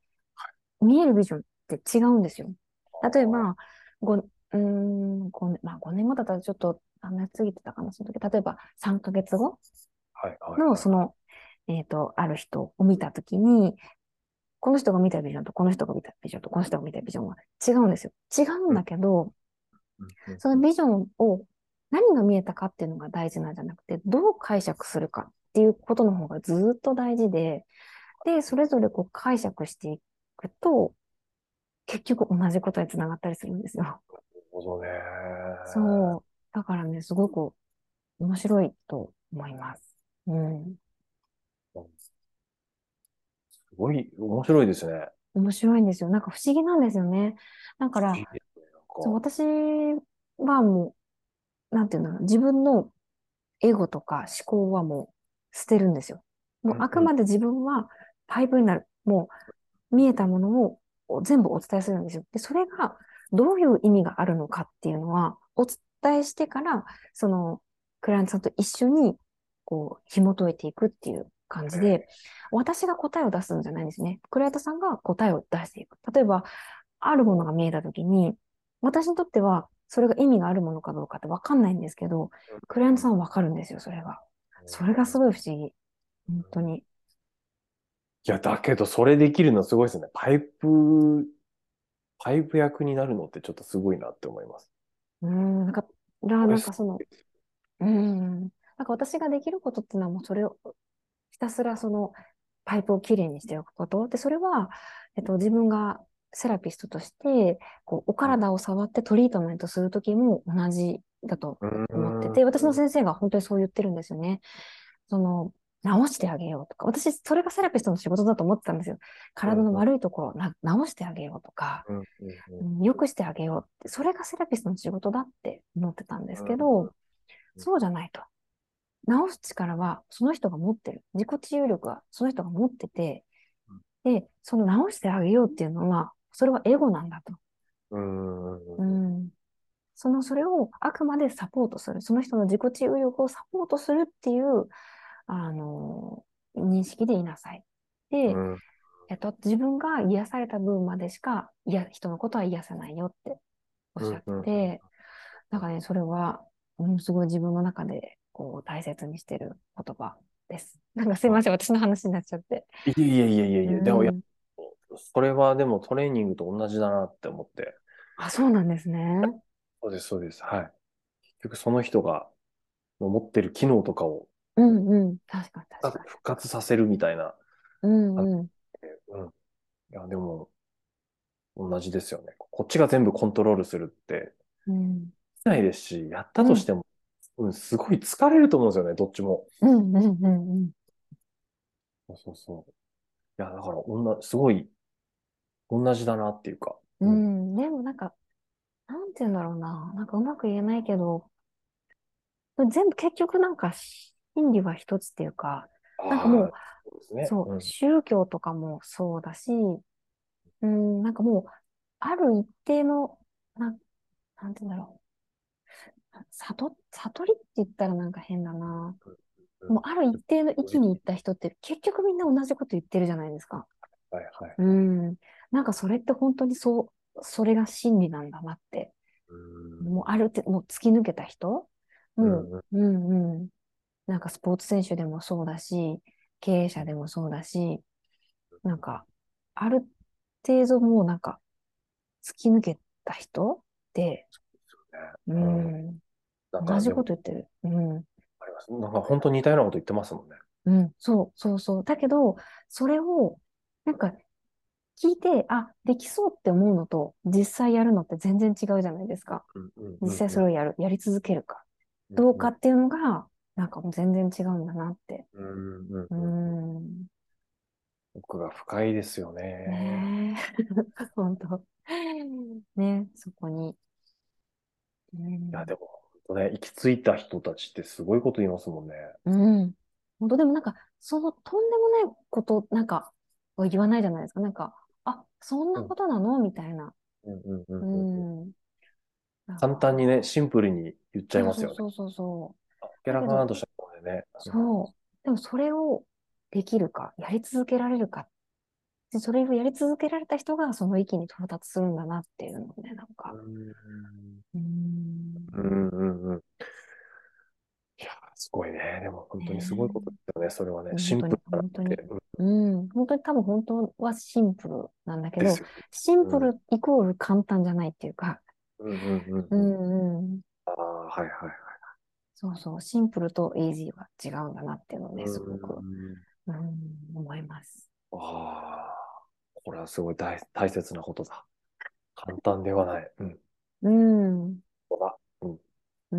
見えるビジョンって違うんですよ。例えば、5年後だったらちょっと、や過ぎてたかな、その時。例えば、3ヶ月後はいはいの、 はい。 ある人を見たときに、この人が見たビジョンと、この人が見たビジョンと、この人が見たビジョンは違うんですよ。違うんうん。 だけど、 うん。うん。 そのビジョンを何が見えたかっていうのが大事なんじゃなくて、どう解釈するかっていうことの方がずっと大事で、で、それぞれ解釈していくと、結局同じことにつながったりするんですよ。 なるほどね。 そう。だからね、すごく面白いと思います。うん。 すごい面白いですね。 面白いんですよ。なんか不思議なんですよね。だか不思ら、 議ですね。なんそう、 か。 私はもう、なんていうんだろう、自分のエゴとか思考はもう捨てるんですよ。もううん。うん。 あくまで自分はパイプになる。もう見えたものを全部お伝えするんですよ。で、それがどういう意味があるのかっていうのは、お伝えしてから、その、クライアントさんと一緒に、紐解いていくっていう感じで、私が答えを出すんじゃないんですね。クライアントさんが答えを出していく。例えば、あるものが見えたときに、私にとっては、それが意味があるものかどうかってわかんないんですけど、クライアントさんはわかるんですよ、それが。それがすごい不思議。本当に。 いや、だけど、それできるのすごいですね。パイプ役になるのってちょっとすごいなって思います。これすなんかなんか私ができることっていうのはもうそれをひたすらそのパイプをきれいにしておくこと。で、それは、自分がセラピストとして、おごい。 体を触ってトリートメントするときも同じだとうーん。 思ってて、私の先生が本当にそう言ってるんですよね。その、直してあげようとか、私、それがセラピストの仕事だと思ってたんですよ。体のうん。うん。 悪いところを直してあげようとか、 うん。うん。 良くしてあげようって、それがセラピストの仕事だって思ってたんですうん。 けど、 うん。 そうじゃないと。直す力はその人が持ってる。自己治癒力はその人が持ってて、で、その直してあげようっていうのは、それはエゴなんだと。 うん。うん。 うん。それをあくまでサポートする。その人の自己治癒力をサポートするっていう、あの、認識でいなさい。で、 うん。 自分が癒された分までしか、人のことは癒さないよっておっしゃってうん。 て、なんかね、それは、すごい自分の中で、大切にしてる言葉です。なんかすいません、私の話になっちゃって。 いえいえいえいえういえ。でも、 ん。 それはでもトレーニングと同じだなって思って。 そうなんですね。 そうです、そうです。はい。結局その人が持ってる機能とかをうんうん。確かに確か復活させるみたいな。 に。うんうん。 うん。いや、でも、同じですよね。こっちが全部コントロールするって、 うん。 しないですし、やったうん。 としても、うん、すごい疲れると思うんですよね、どっちも。 うんうんうんうん。 そうそうそう。いや、だから、すごい、同じだなっていうか。うん。 でもなんか、なんて言うんだろうな。なんかうまく言えないけど、全部結局なんか真理は一つっていうか、なんかもああ、そうですね。 そう、 うん。 宗教とかもそうだし、なんかもう、ある一定の、なんて言うんだろう。悟りって言ったらなんか変だな。 うん。 もうある一定の域に行った人って結局みんな同じこと言ってるじゃないですか。 はいはいうはい。 ん。なんかそれって本当にそれが真理なんだなって。 うん。 もうある程度、もう突き抜けた人もうん。うん。 う、うんうん。なんかスポーツ選手でもそうだし、経営者でもそうだし、なんか、ある程度もうなんか突き抜けった人で、ううん。 ん、同じなんかでも、 こと言ってる。うん、 あります。なんか本当に似たようなこと言ってますもんね。 うん、そうそうそう。だけど、それを、なんか聞いて、あ、できそうって思うのと、実際やるのって全然違うじゃないですか。 うんうん実うんうん際それをやり続けるか、どううんうんかっていうのが、なんかもう全然違うんだなって。 うんうんううんうん。 ん、 奥が深いですよね。 ねえ、本当。ね、そこに。ういや、 ん、 でも、本当ね、行き着いた人たちってすごいこと言いますもんね。 うん。本当でもなんか、そのとんでもないこと、なんか、言わないじゃないですか。なんか、あ、そんなうんことなのみたいな。 うんうんうんううんうん。 ん。なん簡単にか、 ね、シンプルに言っちゃいそうますよね。 そうそうそうそう。 あっけらだけど、 かんとしたことでね。うん。 そう。でもそれをできるか、やり続けられるか。で、それをやり続けられた人がその域に到達するんだなっていうのをね、なんか。うーん。 うんうんうん。いやー、すごいね。でも本当にすごいことねですよね。それはね、 え、本当に、 シンプルだな本当に。 って。うん、 うん。本当に多分本当はシンプルなんだけど、 ですよ。 シンプうん。 ルイコール簡単じゃないっていうか、 うんうんうんううん。 んうん。 ああ、はいはいはい。 そうそう、シンプルとイージーは違うんだなっていうのをね、すうごく、 ん。 うん、思います。 ああ、これはすごい大切なことだ。簡単ではない。うん。 うん、 そうだ。うん。 うん。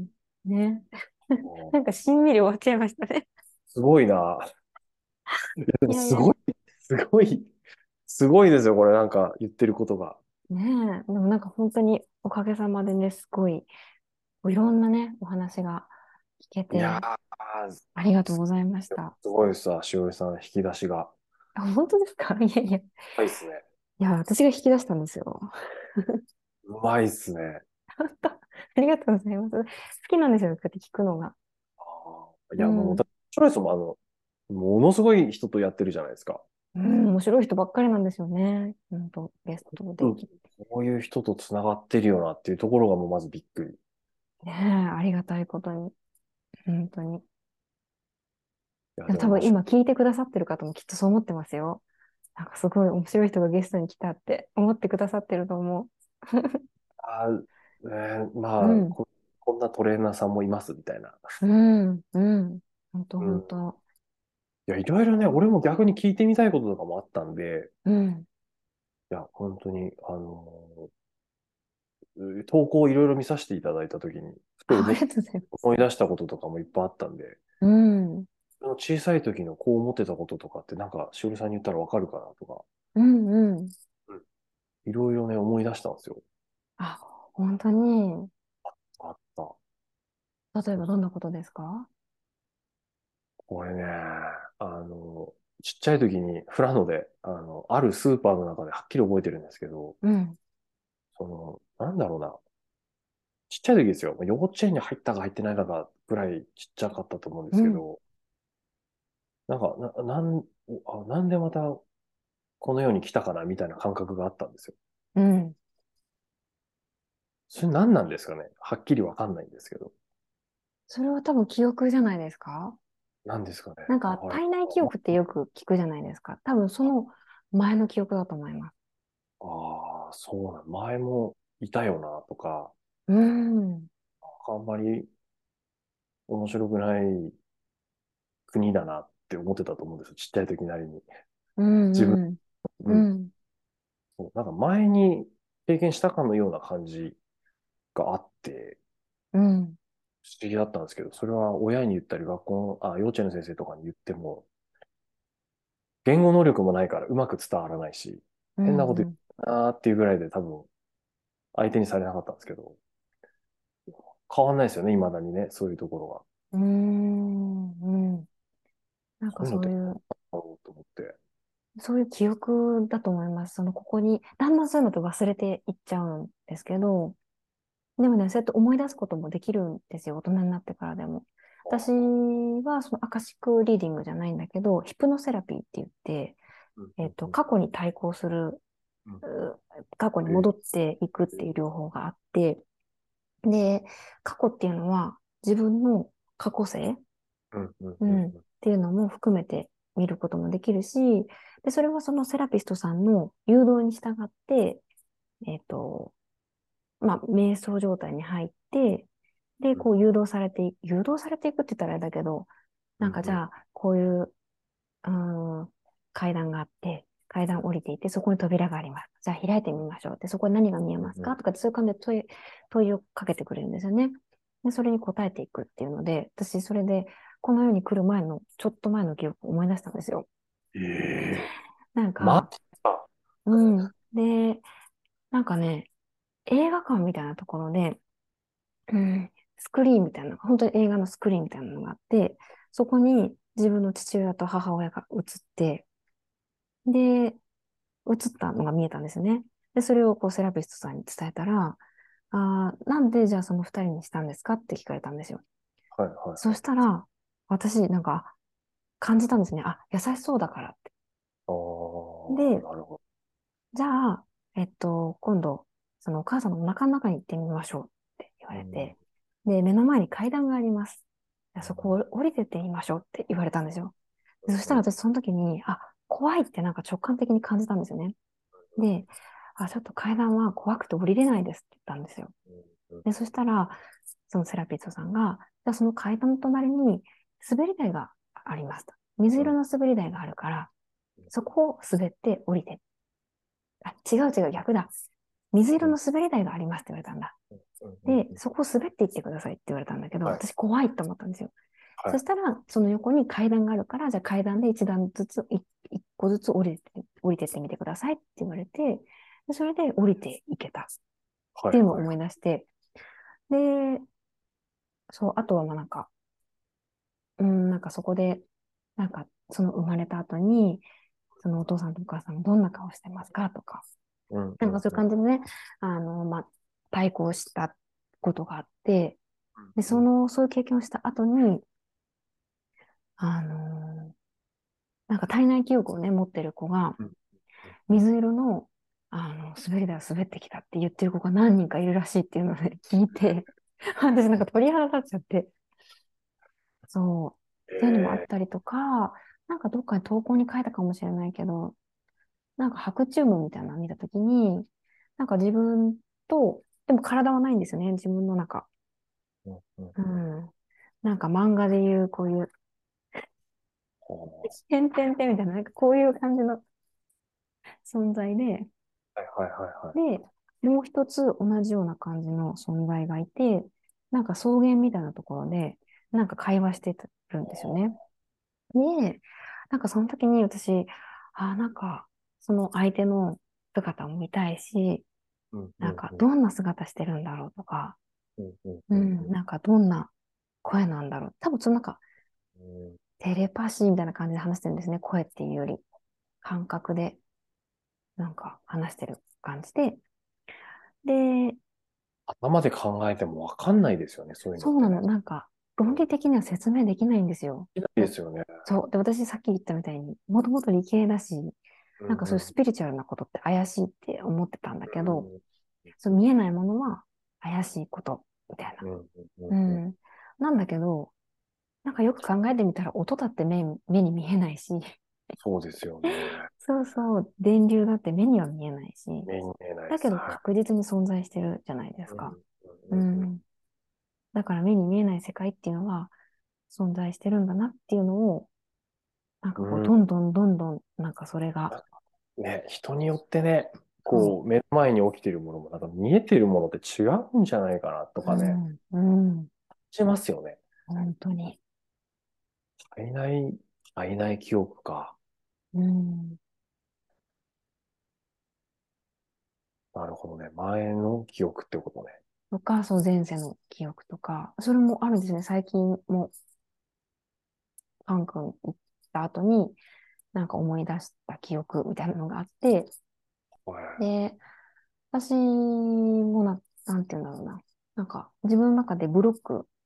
ね。 おー、 なんかしんみり終わっちゃいましたね。 すごいな。いや、でいやいや、 もすごい、すごい、すごいですよ。これなんか言ってることが。 ねえ、でもなんか本当におかげさまでね、すごい、いろんなね、お話が聞けいやて、 ー、 ありがとうすございました。 すごいさ、しおりさん、引き出しが。 あ、本当ですか？いやいや、いはいっすね。 や、私が引き出したんですよ。 うまいっすね。 本当、ありがとうございます。好きなんですよ、こうやって聞くのが。 いや、もう、 うん。 ショイスもものすごい人とやってるじゃないですか。 うん、面白い人ばっかりなんですよね。本当、ゲストでうん。 き。 こういう人とつながってるよなっていうところがもうまずびっくり。 ねえ、ありがたいことに。本当に。 いや、 でも多分でも面白い。 今聞いてくださってる方もきっとそう思ってますよ。なんかすごい面白い人がゲストに来たって思ってくださってると思う。 あー、 うまあ、 ん、 こんなトレーナーさんもいますみたいな。 うん、うん。本当、 うん。 本当。 いや、いろいろね、俺も逆に聞いてみたいこととかもあったんで、 うん。 いや、本当に、投稿をいろいろ見させていただいたときに、ふとあ、ありがとうございます。 思い出したこととかもいっぱいあったんで、 うん、 その小さい時のこう思ってたこととかってなんか、しおりさんに言ったらわかるかなとか、 うん、うん。 うん、いろいろね、思い出したんですよ。 あ、本当に。 あった。 例えばどんなことですか？ これね、ちっちゃい時に富良野で、あるスーパーの中ではっきり覚えてるんですけど、 うん、 なんだろうな、ちっちゃい時ですよ。幼稚園に入ったか入ってないかぐらいちっちゃかったと思うんでうん、 すけど、なんか、なんでまたこの世に来たかなみたいな感覚があったんですよ。 うん。 それ何なんですかね、はっきりわかんないんですけど。 それは多分記憶じゃないですか？ 何ですかね。 なんかはい。 体内記憶ってよく聞くじゃないですか。多分その前の記憶だと思います。 ああ、そうなん。前もいたよな、とか、 うん、 あんまり面白くない国だなって思ってたと思うんですよ。ちっちゃい時なりに。 う自分、 ん、うん、 うん。 うん、 そうなんか前に経験したかのような感じがあって、 うん、 不思議だったんですけど、それは親に言ったり、幼稚園の先生とかに言っても、言語能力もないからうまく伝わらないし、 うん、 変なこと言うん。 うなーっていうぐらいで多分相手にされなかったんですけど、変わんないですよね、未だにね、そういうところが。 うーん、うん。なんかそういうのって何そういう、 だろうと思って。 そういう記憶だと思います。ここに、だんだんそういうのって忘れていっちゃうんですけど、でもね、そうやって思い出すこともできるんですよ。大人になってからでも。私は、アカシックリーディングじゃないんだけど、ヒプノセラピーって言って、 うんうんうん過去に対抗する、 うん。 過去にえ戻っていくっていう療法があって、で、過去っていうのは自分の過去性、 うんうんうん、っうんていうのも含めて見ることもできるし、で、それはそのセラピストさんの誘導に従って、えっと、 まあ、瞑想状態に入って、で、 うん、 こう誘導されていくって言ったらあれだけど、 うん、うん、 じゃあ、こういう、うーん、階段があって、階段降りていて、そこに扉があります。じゃあ開いてみましょう。で、そこに何が見えうん、うん、 ますかとか、そういう感じで問いをかけてくれるんですよね。で、それに答えていくっていうので、私、それで、この世に来る前の、ちょっと前の記憶を思い出したんですよ。 ええ、 なんマか、 ジか。 うん。で、なんかね、映画館みたいなところで、うん、スクリーンみたいな、本当に映画のスクリーンみたいなのがあって、そこに自分の父親と母親が映って、で、映ったのが見えたんですね。で、それをこうセラピストさんに伝えたら、なんでじゃあその二人にしたんですかって聞かれたんですよ。 はい、はい、 そはい。 したら、私なんか感じたんですね。優しそうだからって。 ああ、 で、 なるほじゃあ、今度、そのお母さんのお腹の中に行ってみましょうって言わど。うん、 れて、で、目の前に階段があります。 うん、 そこを降りてってみましょうって言われたんですよ。でそしたうん、 ら私その時に、怖いってなんか直感的に感じたんですよね。で、ちょっと階段は怖くて降りれないですって言ったんですよ。 うん、 で、そしたら、そのセラピストさんが、じゃあその階段の隣に滑り台がありますと。水うん、 色の滑り台があるから、そこを滑って降りて。違う違う、逆だ。水うん、 色の滑り台がありますって言われたんだ。 うん、うん、 で、 うん。 そこを滑っていってくださいって言われたんだけど、 はい、 私怖いと思ったんですよ。 はい。 そしたら、その横に階段があるから、じゃあ階段で一段ずつ、一個ずつ降りてってみてくださいって言われて、でそれで降りていけたっはい、はい。 ていうのを思い出して、で、そう、あとはまあなんか、なんかそこで、なんかその生まれた後に、そのお父さんとお母さんどんな顔してますかとか、 うん、うん、 なんかそういううん、 感じでね、まあ、対抗したことがあって、で、 うん、 そういう経験をした後に、あのなんか体内記憶をね、持ってる子が、 うん、うん。 水色の、滑り台を滑ってきたって言ってる子が何人かいるらしいっていうので聞いて、私なんか鳥肌立っちゃって、そう、っていうのもあっえたりとか、なんかどっかに投稿に書いたかもしれないけど、なんか白チューブみたいなの見たときに、なんか自分と、でも体はないんですよね、自分の中。 うん、うん、 ううん。 ん。なんか漫画でいうこういう、 はてんてんてんみたいな、なんかこういう感じの存在で、 あ、はい、はい、はい、はい。 で、もう一つ同じような感じの存在がいて、なんか草原みたいなところで、なんか会話してるんですよね。で、なんかその時に私、なんかその相手の姿も見たいし、 うん、うん、 なんかうん、 どんな姿してるんだろうとか、 うん、うん、うん、ううん、 ん。 なんかどんな声なんだろう。多分そのなんかうん、 テレパシーみたいな感じで話してるんですね。声っていうより、感覚でなんか話してる感じで。で、 頭で考えてもわかんないですよね、そういうのってね。 そうなの。なんか、論うん。 理的には説明できないんですよ。 いいで、 ですよね。 そう。で、私さっき言ったみたいに、もともと理系だし、 うん、 なんかそういううん、 スピリチュアルなことって怪しいって思ってたんだけど、 うん、 そう見えないものは怪しいこと、みたいな。 うん、うん、うん、うん。 うん。なんだけど、なんかよく考えてみたら音だって目に見えないし、 そうですよね。 そうそう、電流だって目には見えないし、 目に見えないです。 だけどはい。 確実に存在してるじゃないですうん、 か。ううん、うん、 ん。だから目に見えない世界っていうのは存在してるんだなっていうのを、なんかこう、 うん。うん。 どんどんどんどん、なんかそれが、 ね、人によってね、 そこう、目の前に起きてるものも、なんか見えてるものって違うんじゃないかなとう、 かね、 うん、うん、 しますよね。 本当に。 体内、体内記憶か。 うん。 なるほどね。前の記憶ってことね。 とか、そう、前世の記憶とか、それもあるんですね。最近も、パン君行った後に、なんか思い出した記憶みたいなのがあって、 はい。 で、私もなんていうんだろうな。なんか、自分の中でブロックって、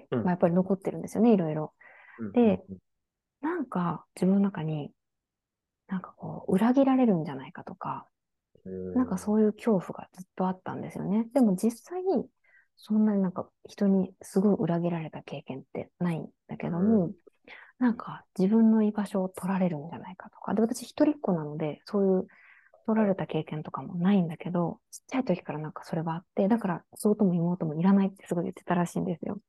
うん、 まあ、やっぱり残ってるんですよね、いろいろ。 うん、うん、 で、 うん。 なんか、自分の中に、なんかこう、裏切られるんじゃないかとか、 うなんかそういう恐怖がずっとあったんですよね。でも実際、そんなになんか人にすごい裏切られた経験ってないんだけどん、 も、なんか自分の居場所を取られるんじゃないかとか。で、私一人っ子なので、そういう取られた経験とかもないんだけど、ちっちゃい時からなんかそれがあって、だから弟も妹もいらないってすごい言ってたらしいんですよ。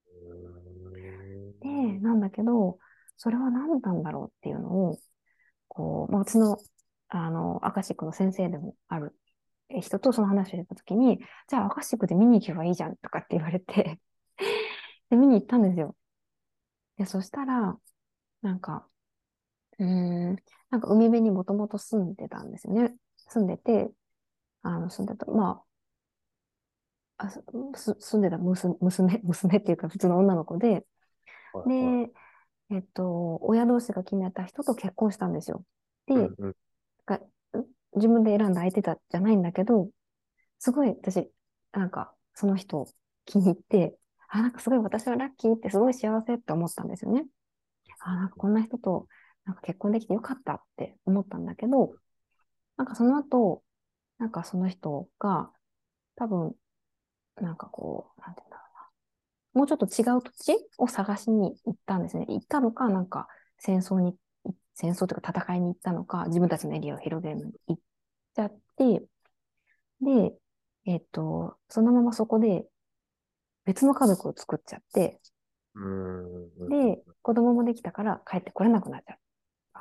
で、なんだけど、それは何なんだろうっていうのを、こう、まあ、うちの、アカシックの先生でもある人とその話をしたときに、じゃあアカシックで見に行けばいいじゃんとかって言われて、で、見に行ったんですよ。で、そしたら、なんか、うーん、なんか海辺にもともと住んでたんですよね。住んでて、住んでた、まあ、住んでた娘っていうか普通の女の子で、 はいはい。 で、親同士が決めた人と結婚したんですよ。で、 うんうん。 が自分で選んだ相手だじゃないんだけど、すごい私、なんかその人気に入って、あ、なんかすごい私はラッキーってすごい幸せって思ったんですよね。あ、なんかこんな人となんか結婚できてよかったって思ったんだけど、なんかその後、なんかその人が多分、なんかこう、なんていうんだろう、もうちょっと違う土地を探しに行ったんですね。行ったのか、なんか戦争というか戦いに行ったのか、自分たちのエリアを広げるのに行っちゃって、で、そのままそこで別の家族を作っちゃって、 うんうんで、子供もできたから帰ってこれなくなっちゃった。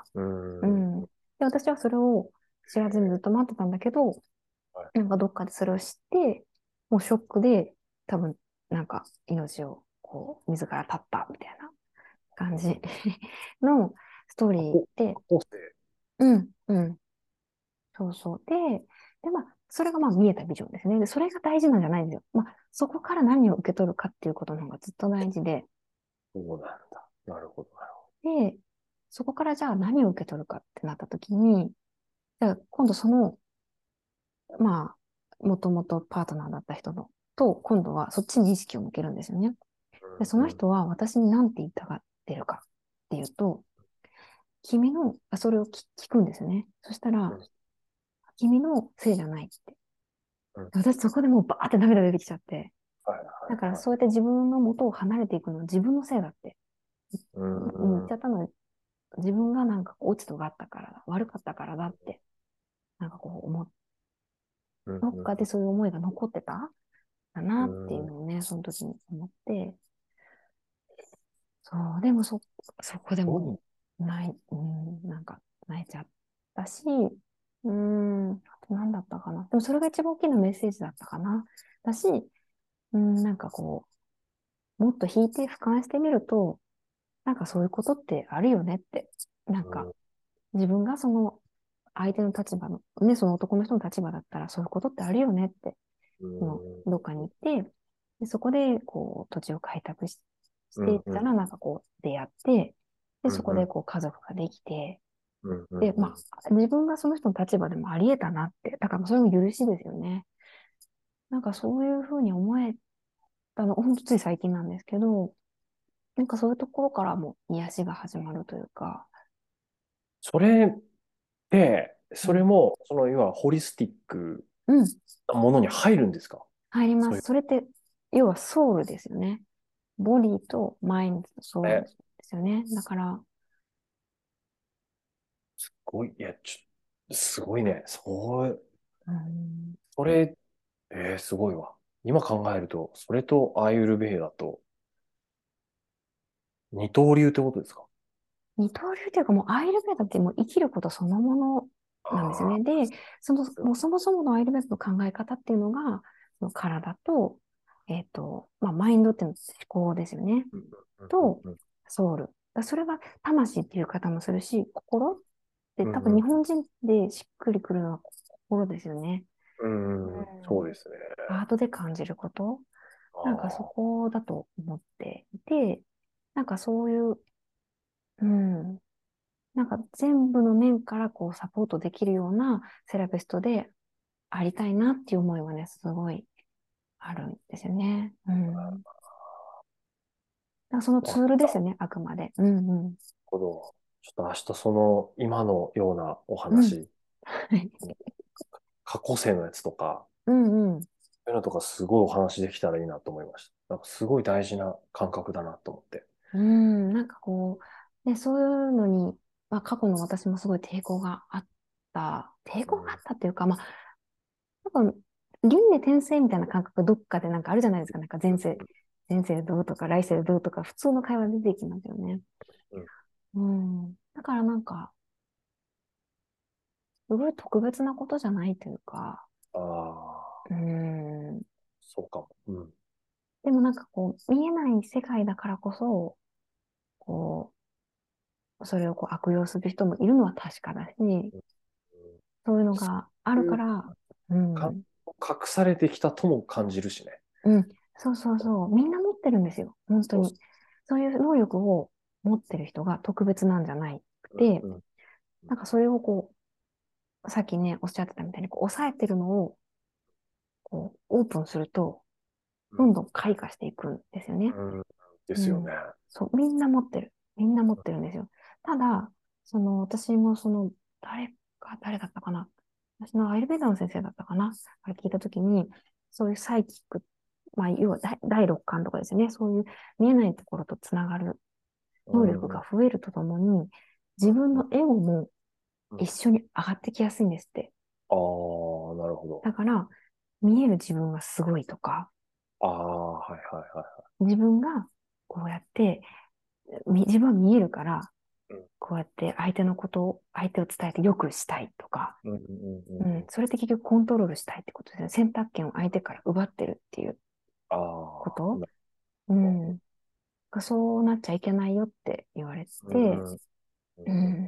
ううんうん。 ん。で、私はそれを知らずにずっと待ってたんだけど、 はい。 なんかどっかでそれを知って、もうショックで、多分、なんか命をこう、自ら絶ったみたいな感じのストーリーで、 後世。 うん、うん、そうそう。で、まあ、それがまあ見えたビジョンですね。で、それが大事なんじゃないんですよ。まあ、そこから何を受け取るかっていうことの方がずっと大事で、 そうなんだ。なるほど、なるほで、そこからじゃあ何を受け取るかってなった時に、じゃあ今度その、まあ、もともとパートナーだった人の、と、今度はそっちに意識を向けるんですよね。で、そど。うんうん。 の人は私に何て言いたがってるかっていうと、それを聞くんですよね。そしたら、 うん君のせいじゃないって。 うん。 私そこでもうバーって涙出てきちゃって。 はいはいだからはい。 そうやって自分の元を離れていくのは自分のせいだってう言っんうんちゃったのは自分がなんか落ち度があったからだ、悪かったからだって、なんかこううんうんどっかでそういう思いが残ってただなっていううん。 のをね、その時に思って、そう、でもそこでもすごい。 なんか泣いちゃったし、あと何だったかな。でもそれが一番大きなメッセージだったかな。だし、なんかこう、もっと引いて俯瞰してみると、なんかそういうことってあるよねって。なんか、 うん自分がその相手の立場の、ね、その男の人の立場だったら、そういうことってあるよねって、 うどっかに行って、で、そこで、こう、土地を開拓していんうんったら、なんかこう、出会って、で、そこで、 うんうんこう、家族ができて、 うんうで、 んうん。 まあ、自分がその人の立場でもあり得たなって、だからそれも許しですよね。なんかそういうふうに思えたの、ほんとつい最近なんですけど、なんかそういうところからも癒しが始まるというか、 それで、 うん、 それも、その、要は、ホリスティックうん、 なものに入るんですか？そういう、 入ります。それって、要はソウルですよね。ボディとマインドとソウルでえ、 すよね。だから、 すごい、いや、すごいね。 うん、 それ、すごいわ。今考えると、それとアーユルベーダと二刀流ってことですか？ 二刀流というかもうアイルベーダってもう生きることそのものなんですよね。 ああで、もうー、 そもそものアイルベーダの考え方っていうのが、その体と、まあ、マインドっていうのは思考ですよね。 うんうんうんと、 うんソウル。それは魂っていう方もするし、心って多分うんうん日本人でしっくりくるのは心ですよね。 うんうん、 うん。 そうですね。 ハートで感じること。 あなんかそあ、 こだと思っていて、なんかそういう、うん、なんか全部の面からこうサポートできるようなセラピストでありたいなっていう思いはね、すごいあるんですよね。うん。だからそのツールですよね、あくまで。うんうん。 ほど。ちょっと明日その今のようなおうん。 話、過去世のやつとか、 うんうん。 そういうのとかすごいお話できたらいいなと思いました。なんかすごい大事な感覚だなと思って。 なんかこう、ね、そういうのに、まあ、過去の私もすごい抵抗があっ抵抗があったっていうか、まあ、多分、輪廻転生みたいな感覚がどっかでなんかあるじゃないですか。なんか前世どうとか来世どうとか普通の会話で出てきますよね。 うん。 うん。だからなんか、すごい特別なことじゃないというか、 ああ、 うん。 そうかも。うん。 でもなんかこう、見えない世界だからこそ、こそれをこう悪用する人もいるのは確かだし、 うん。 そういうのそがあういうるから、うかん。 隠されてきたとも感じるしね。 うん。そうそうそう。みんな持ってるんですよ。本当そうそに。そういう能力を持ってる人が特別なんじゃないくう。 て、 うん。うん。 なんかそれをこう、さっきね、おっしゃってたみたいに、こう、抑えてるのを、こう、オープンすると、どんどん開花していくんですよね。 うん。でうん。 すよね。 そう、みんな持ってる。みんな持ってるんですよ。ただ、私も誰だったかな。私のアイルベーダの先生だったかな。あれ聞いたときに、そういうサイキック、まあ、要は第六感とかですよね。そういう見えないところとつながる能力うん。うん。 が増えるとともに、自分うん。 のエゴもうん。 一緒に上がってきやすいんですって。 ああ、なるほど。 だから、見える自分がすごいとか、 ああ、はいはいは自分がこうやって、自分は見えるから、 いはい。 こうやって相手を伝えて良くしたいとか、 うん。うん。うん。 うん、 うん。 それって結局コントロールしたいってことですよね。選択権を相手から奪ってるっていうああ、 こと。 なるうほど。 ん。そうなっちゃいけないよって言われうん。 て、 うん。 ううん。 ん、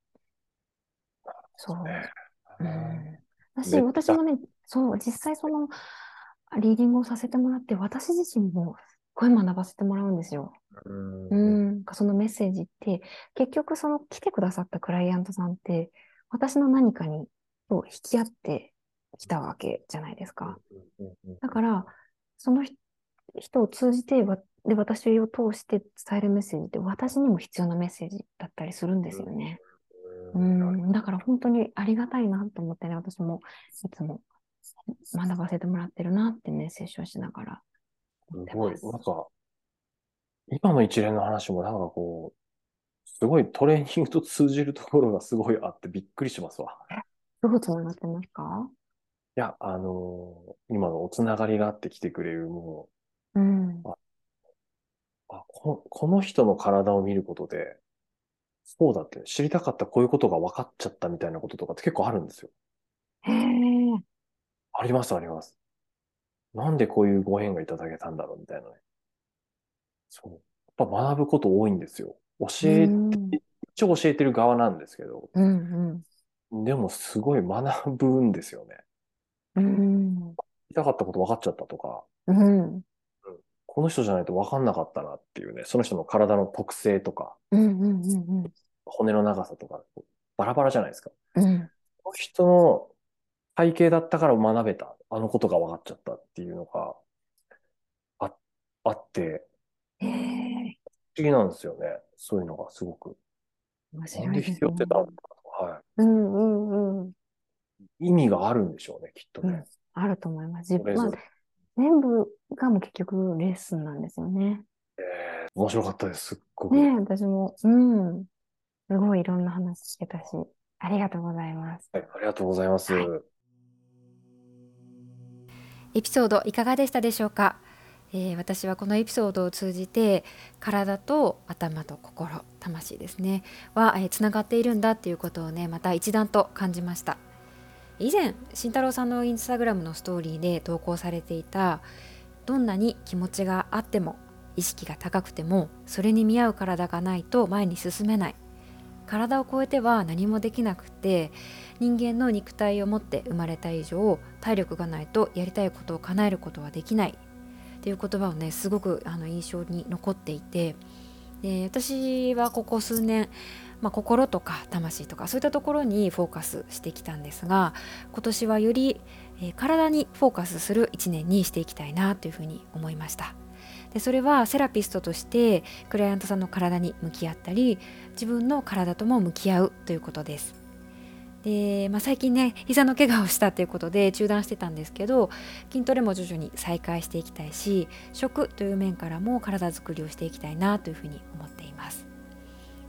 そね。 う。うん。 めっちゃ、 私もね、そう、実際リーディングをさせてもらって、私自身もすっごい学ばせてもらうんですよ。 うん。うん。 うん。そのメッセージって、結局その来てくださったクライアントさんって、私の何かにと引き合ってきたわけじゃないですうん。 か。 うん。うん。 だから、その人を通じて私を通して伝えるメッセージって私にも必要なメッセージだったりするんですよね。ううん。なるん。だから本当にありがたいなと思ってね、私もいつも学ばせてもらってるなってメッセージをしながら思ってすごい。なます。 んか、今の一連の話もなんかこう、すごいトレーニングと通じるところがすごいあってびっくりしますわ。 どうつながってますか？ いや、今のおつながりがあって来てくれる、もうん。 う、この人の体を見ることで、そうだって知りたかったこういうことが分かっちゃったみたいなこととかって結構あるんですよ。 へえ。 あります、あります。なんでこういうご縁がいただけたんだろうみたいなね。そう。やっぱ学ぶこと多いんですよ。 うん。 一応教えてる側なんですけど、 うん。うん。 でもすごい学ぶんですよね。 うん。 言いたかったこと分かっちゃったとか、 うん。 うん、この人じゃないと分かんなかったなっていうね、その人の体の特性とか、 うん。うん。うん。 骨の長さとか、バラバラじゃないですか。 うん。 この人の体型だったから学べた。あのことが分かっちゃったっていうのがあ、あって、 へえ。 不思議なんですよね。そういうのがすごく。 面なんで白いですね。 必要ってたのかと。はうん。うん。うん。 い。意味があるんでしょうね、きっとね。 うん。あると思います。まあ、 それぞれ。 全部がもう結局レッスンなんですよね。 面白かったです、すっごく。 ねえ、私も、うん。すごいいろんな話聞けたし、ありがとうございます。 はい、ありがとうございます。 はい。エピソードいかがでしたでしょうか？私はこのエピソードを通じて体と頭と心、魂ですねは、つながっているんだっていうことをねまた一段と感じました。以前慎太郎さんのインスタグラムのストーリーで投稿されていた、どんなに気持ちがあっても意識が高くてもそれに見合う体がないと前に進めない、体を超えては何もできなくて、人間の肉体を持って生まれた以上体力がないとやりたいことを叶えることはできないっていう言葉をねすごく印象に残っていて、で私はここ数年、心とか魂とかそういったところにフォーカスしてきたんですが、今年はより、体にフォーカスする1年にしていきたいなというふうに思いました。でそれはセラピストとしてクライアントさんの体に向き合ったり、自分の体とも向き合うということです。で、最近ね膝の怪我をしたということで中断してたんですけど、筋トレも徐々に再開していきたいし、食という面からも体づくりをしていきたいなというふうに思っています。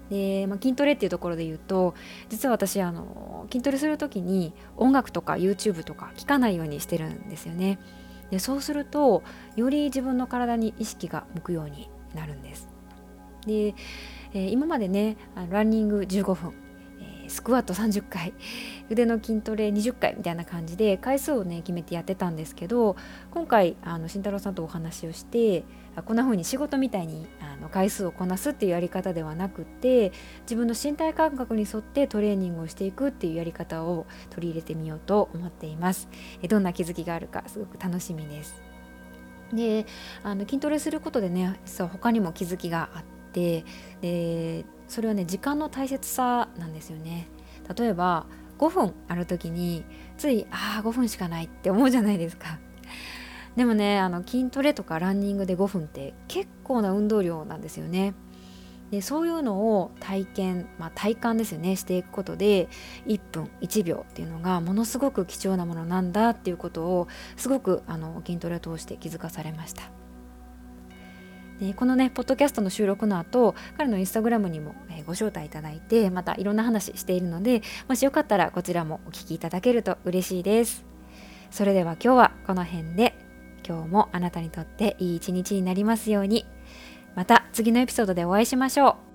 で、筋トレっていうところで言うと、実は私筋トレする時に音楽とか YouTube とか聞かないようにしてるんですよね。でそうするとより自分の体に意識が向くようになるんです。で、今までねランニング15分、スクワット30回、腕の筋トレ20回みたいな感じで回数をね決めてやってたんですけど、今回慎太郎さんとお話をして、こんな風に仕事みたいに回数をこなすっていうやり方ではなくて、自分の身体感覚に沿ってトレーニングをしていくっていうやり方を取り入れてみようと思っています。どんな気づきがあるかすごく楽しみです。で筋トレすることでね、実は他にも気づきがあって、でそれはね時間の大切さなんですよね。例えば5分ある時につい5分しかないって思うじゃないですか。でもね筋トレとかランニングで5分って結構な運動量なんですよね。でそういうのを体験、体感ですよね、していくことで1分1秒っていうのがものすごく貴重なものなんだっていうことをすごく筋トレを通して気づかされました。でこのねポッドキャストの収録の後、彼のインスタグラムにもご招待いただいて、またいろんな話しているので、もしよかったらこちらもお聞きいただけると嬉しいです。それでは今日はこの辺で、今日もあなたにとっていい一日になりますように。また次のエピソードでお会いしましょう。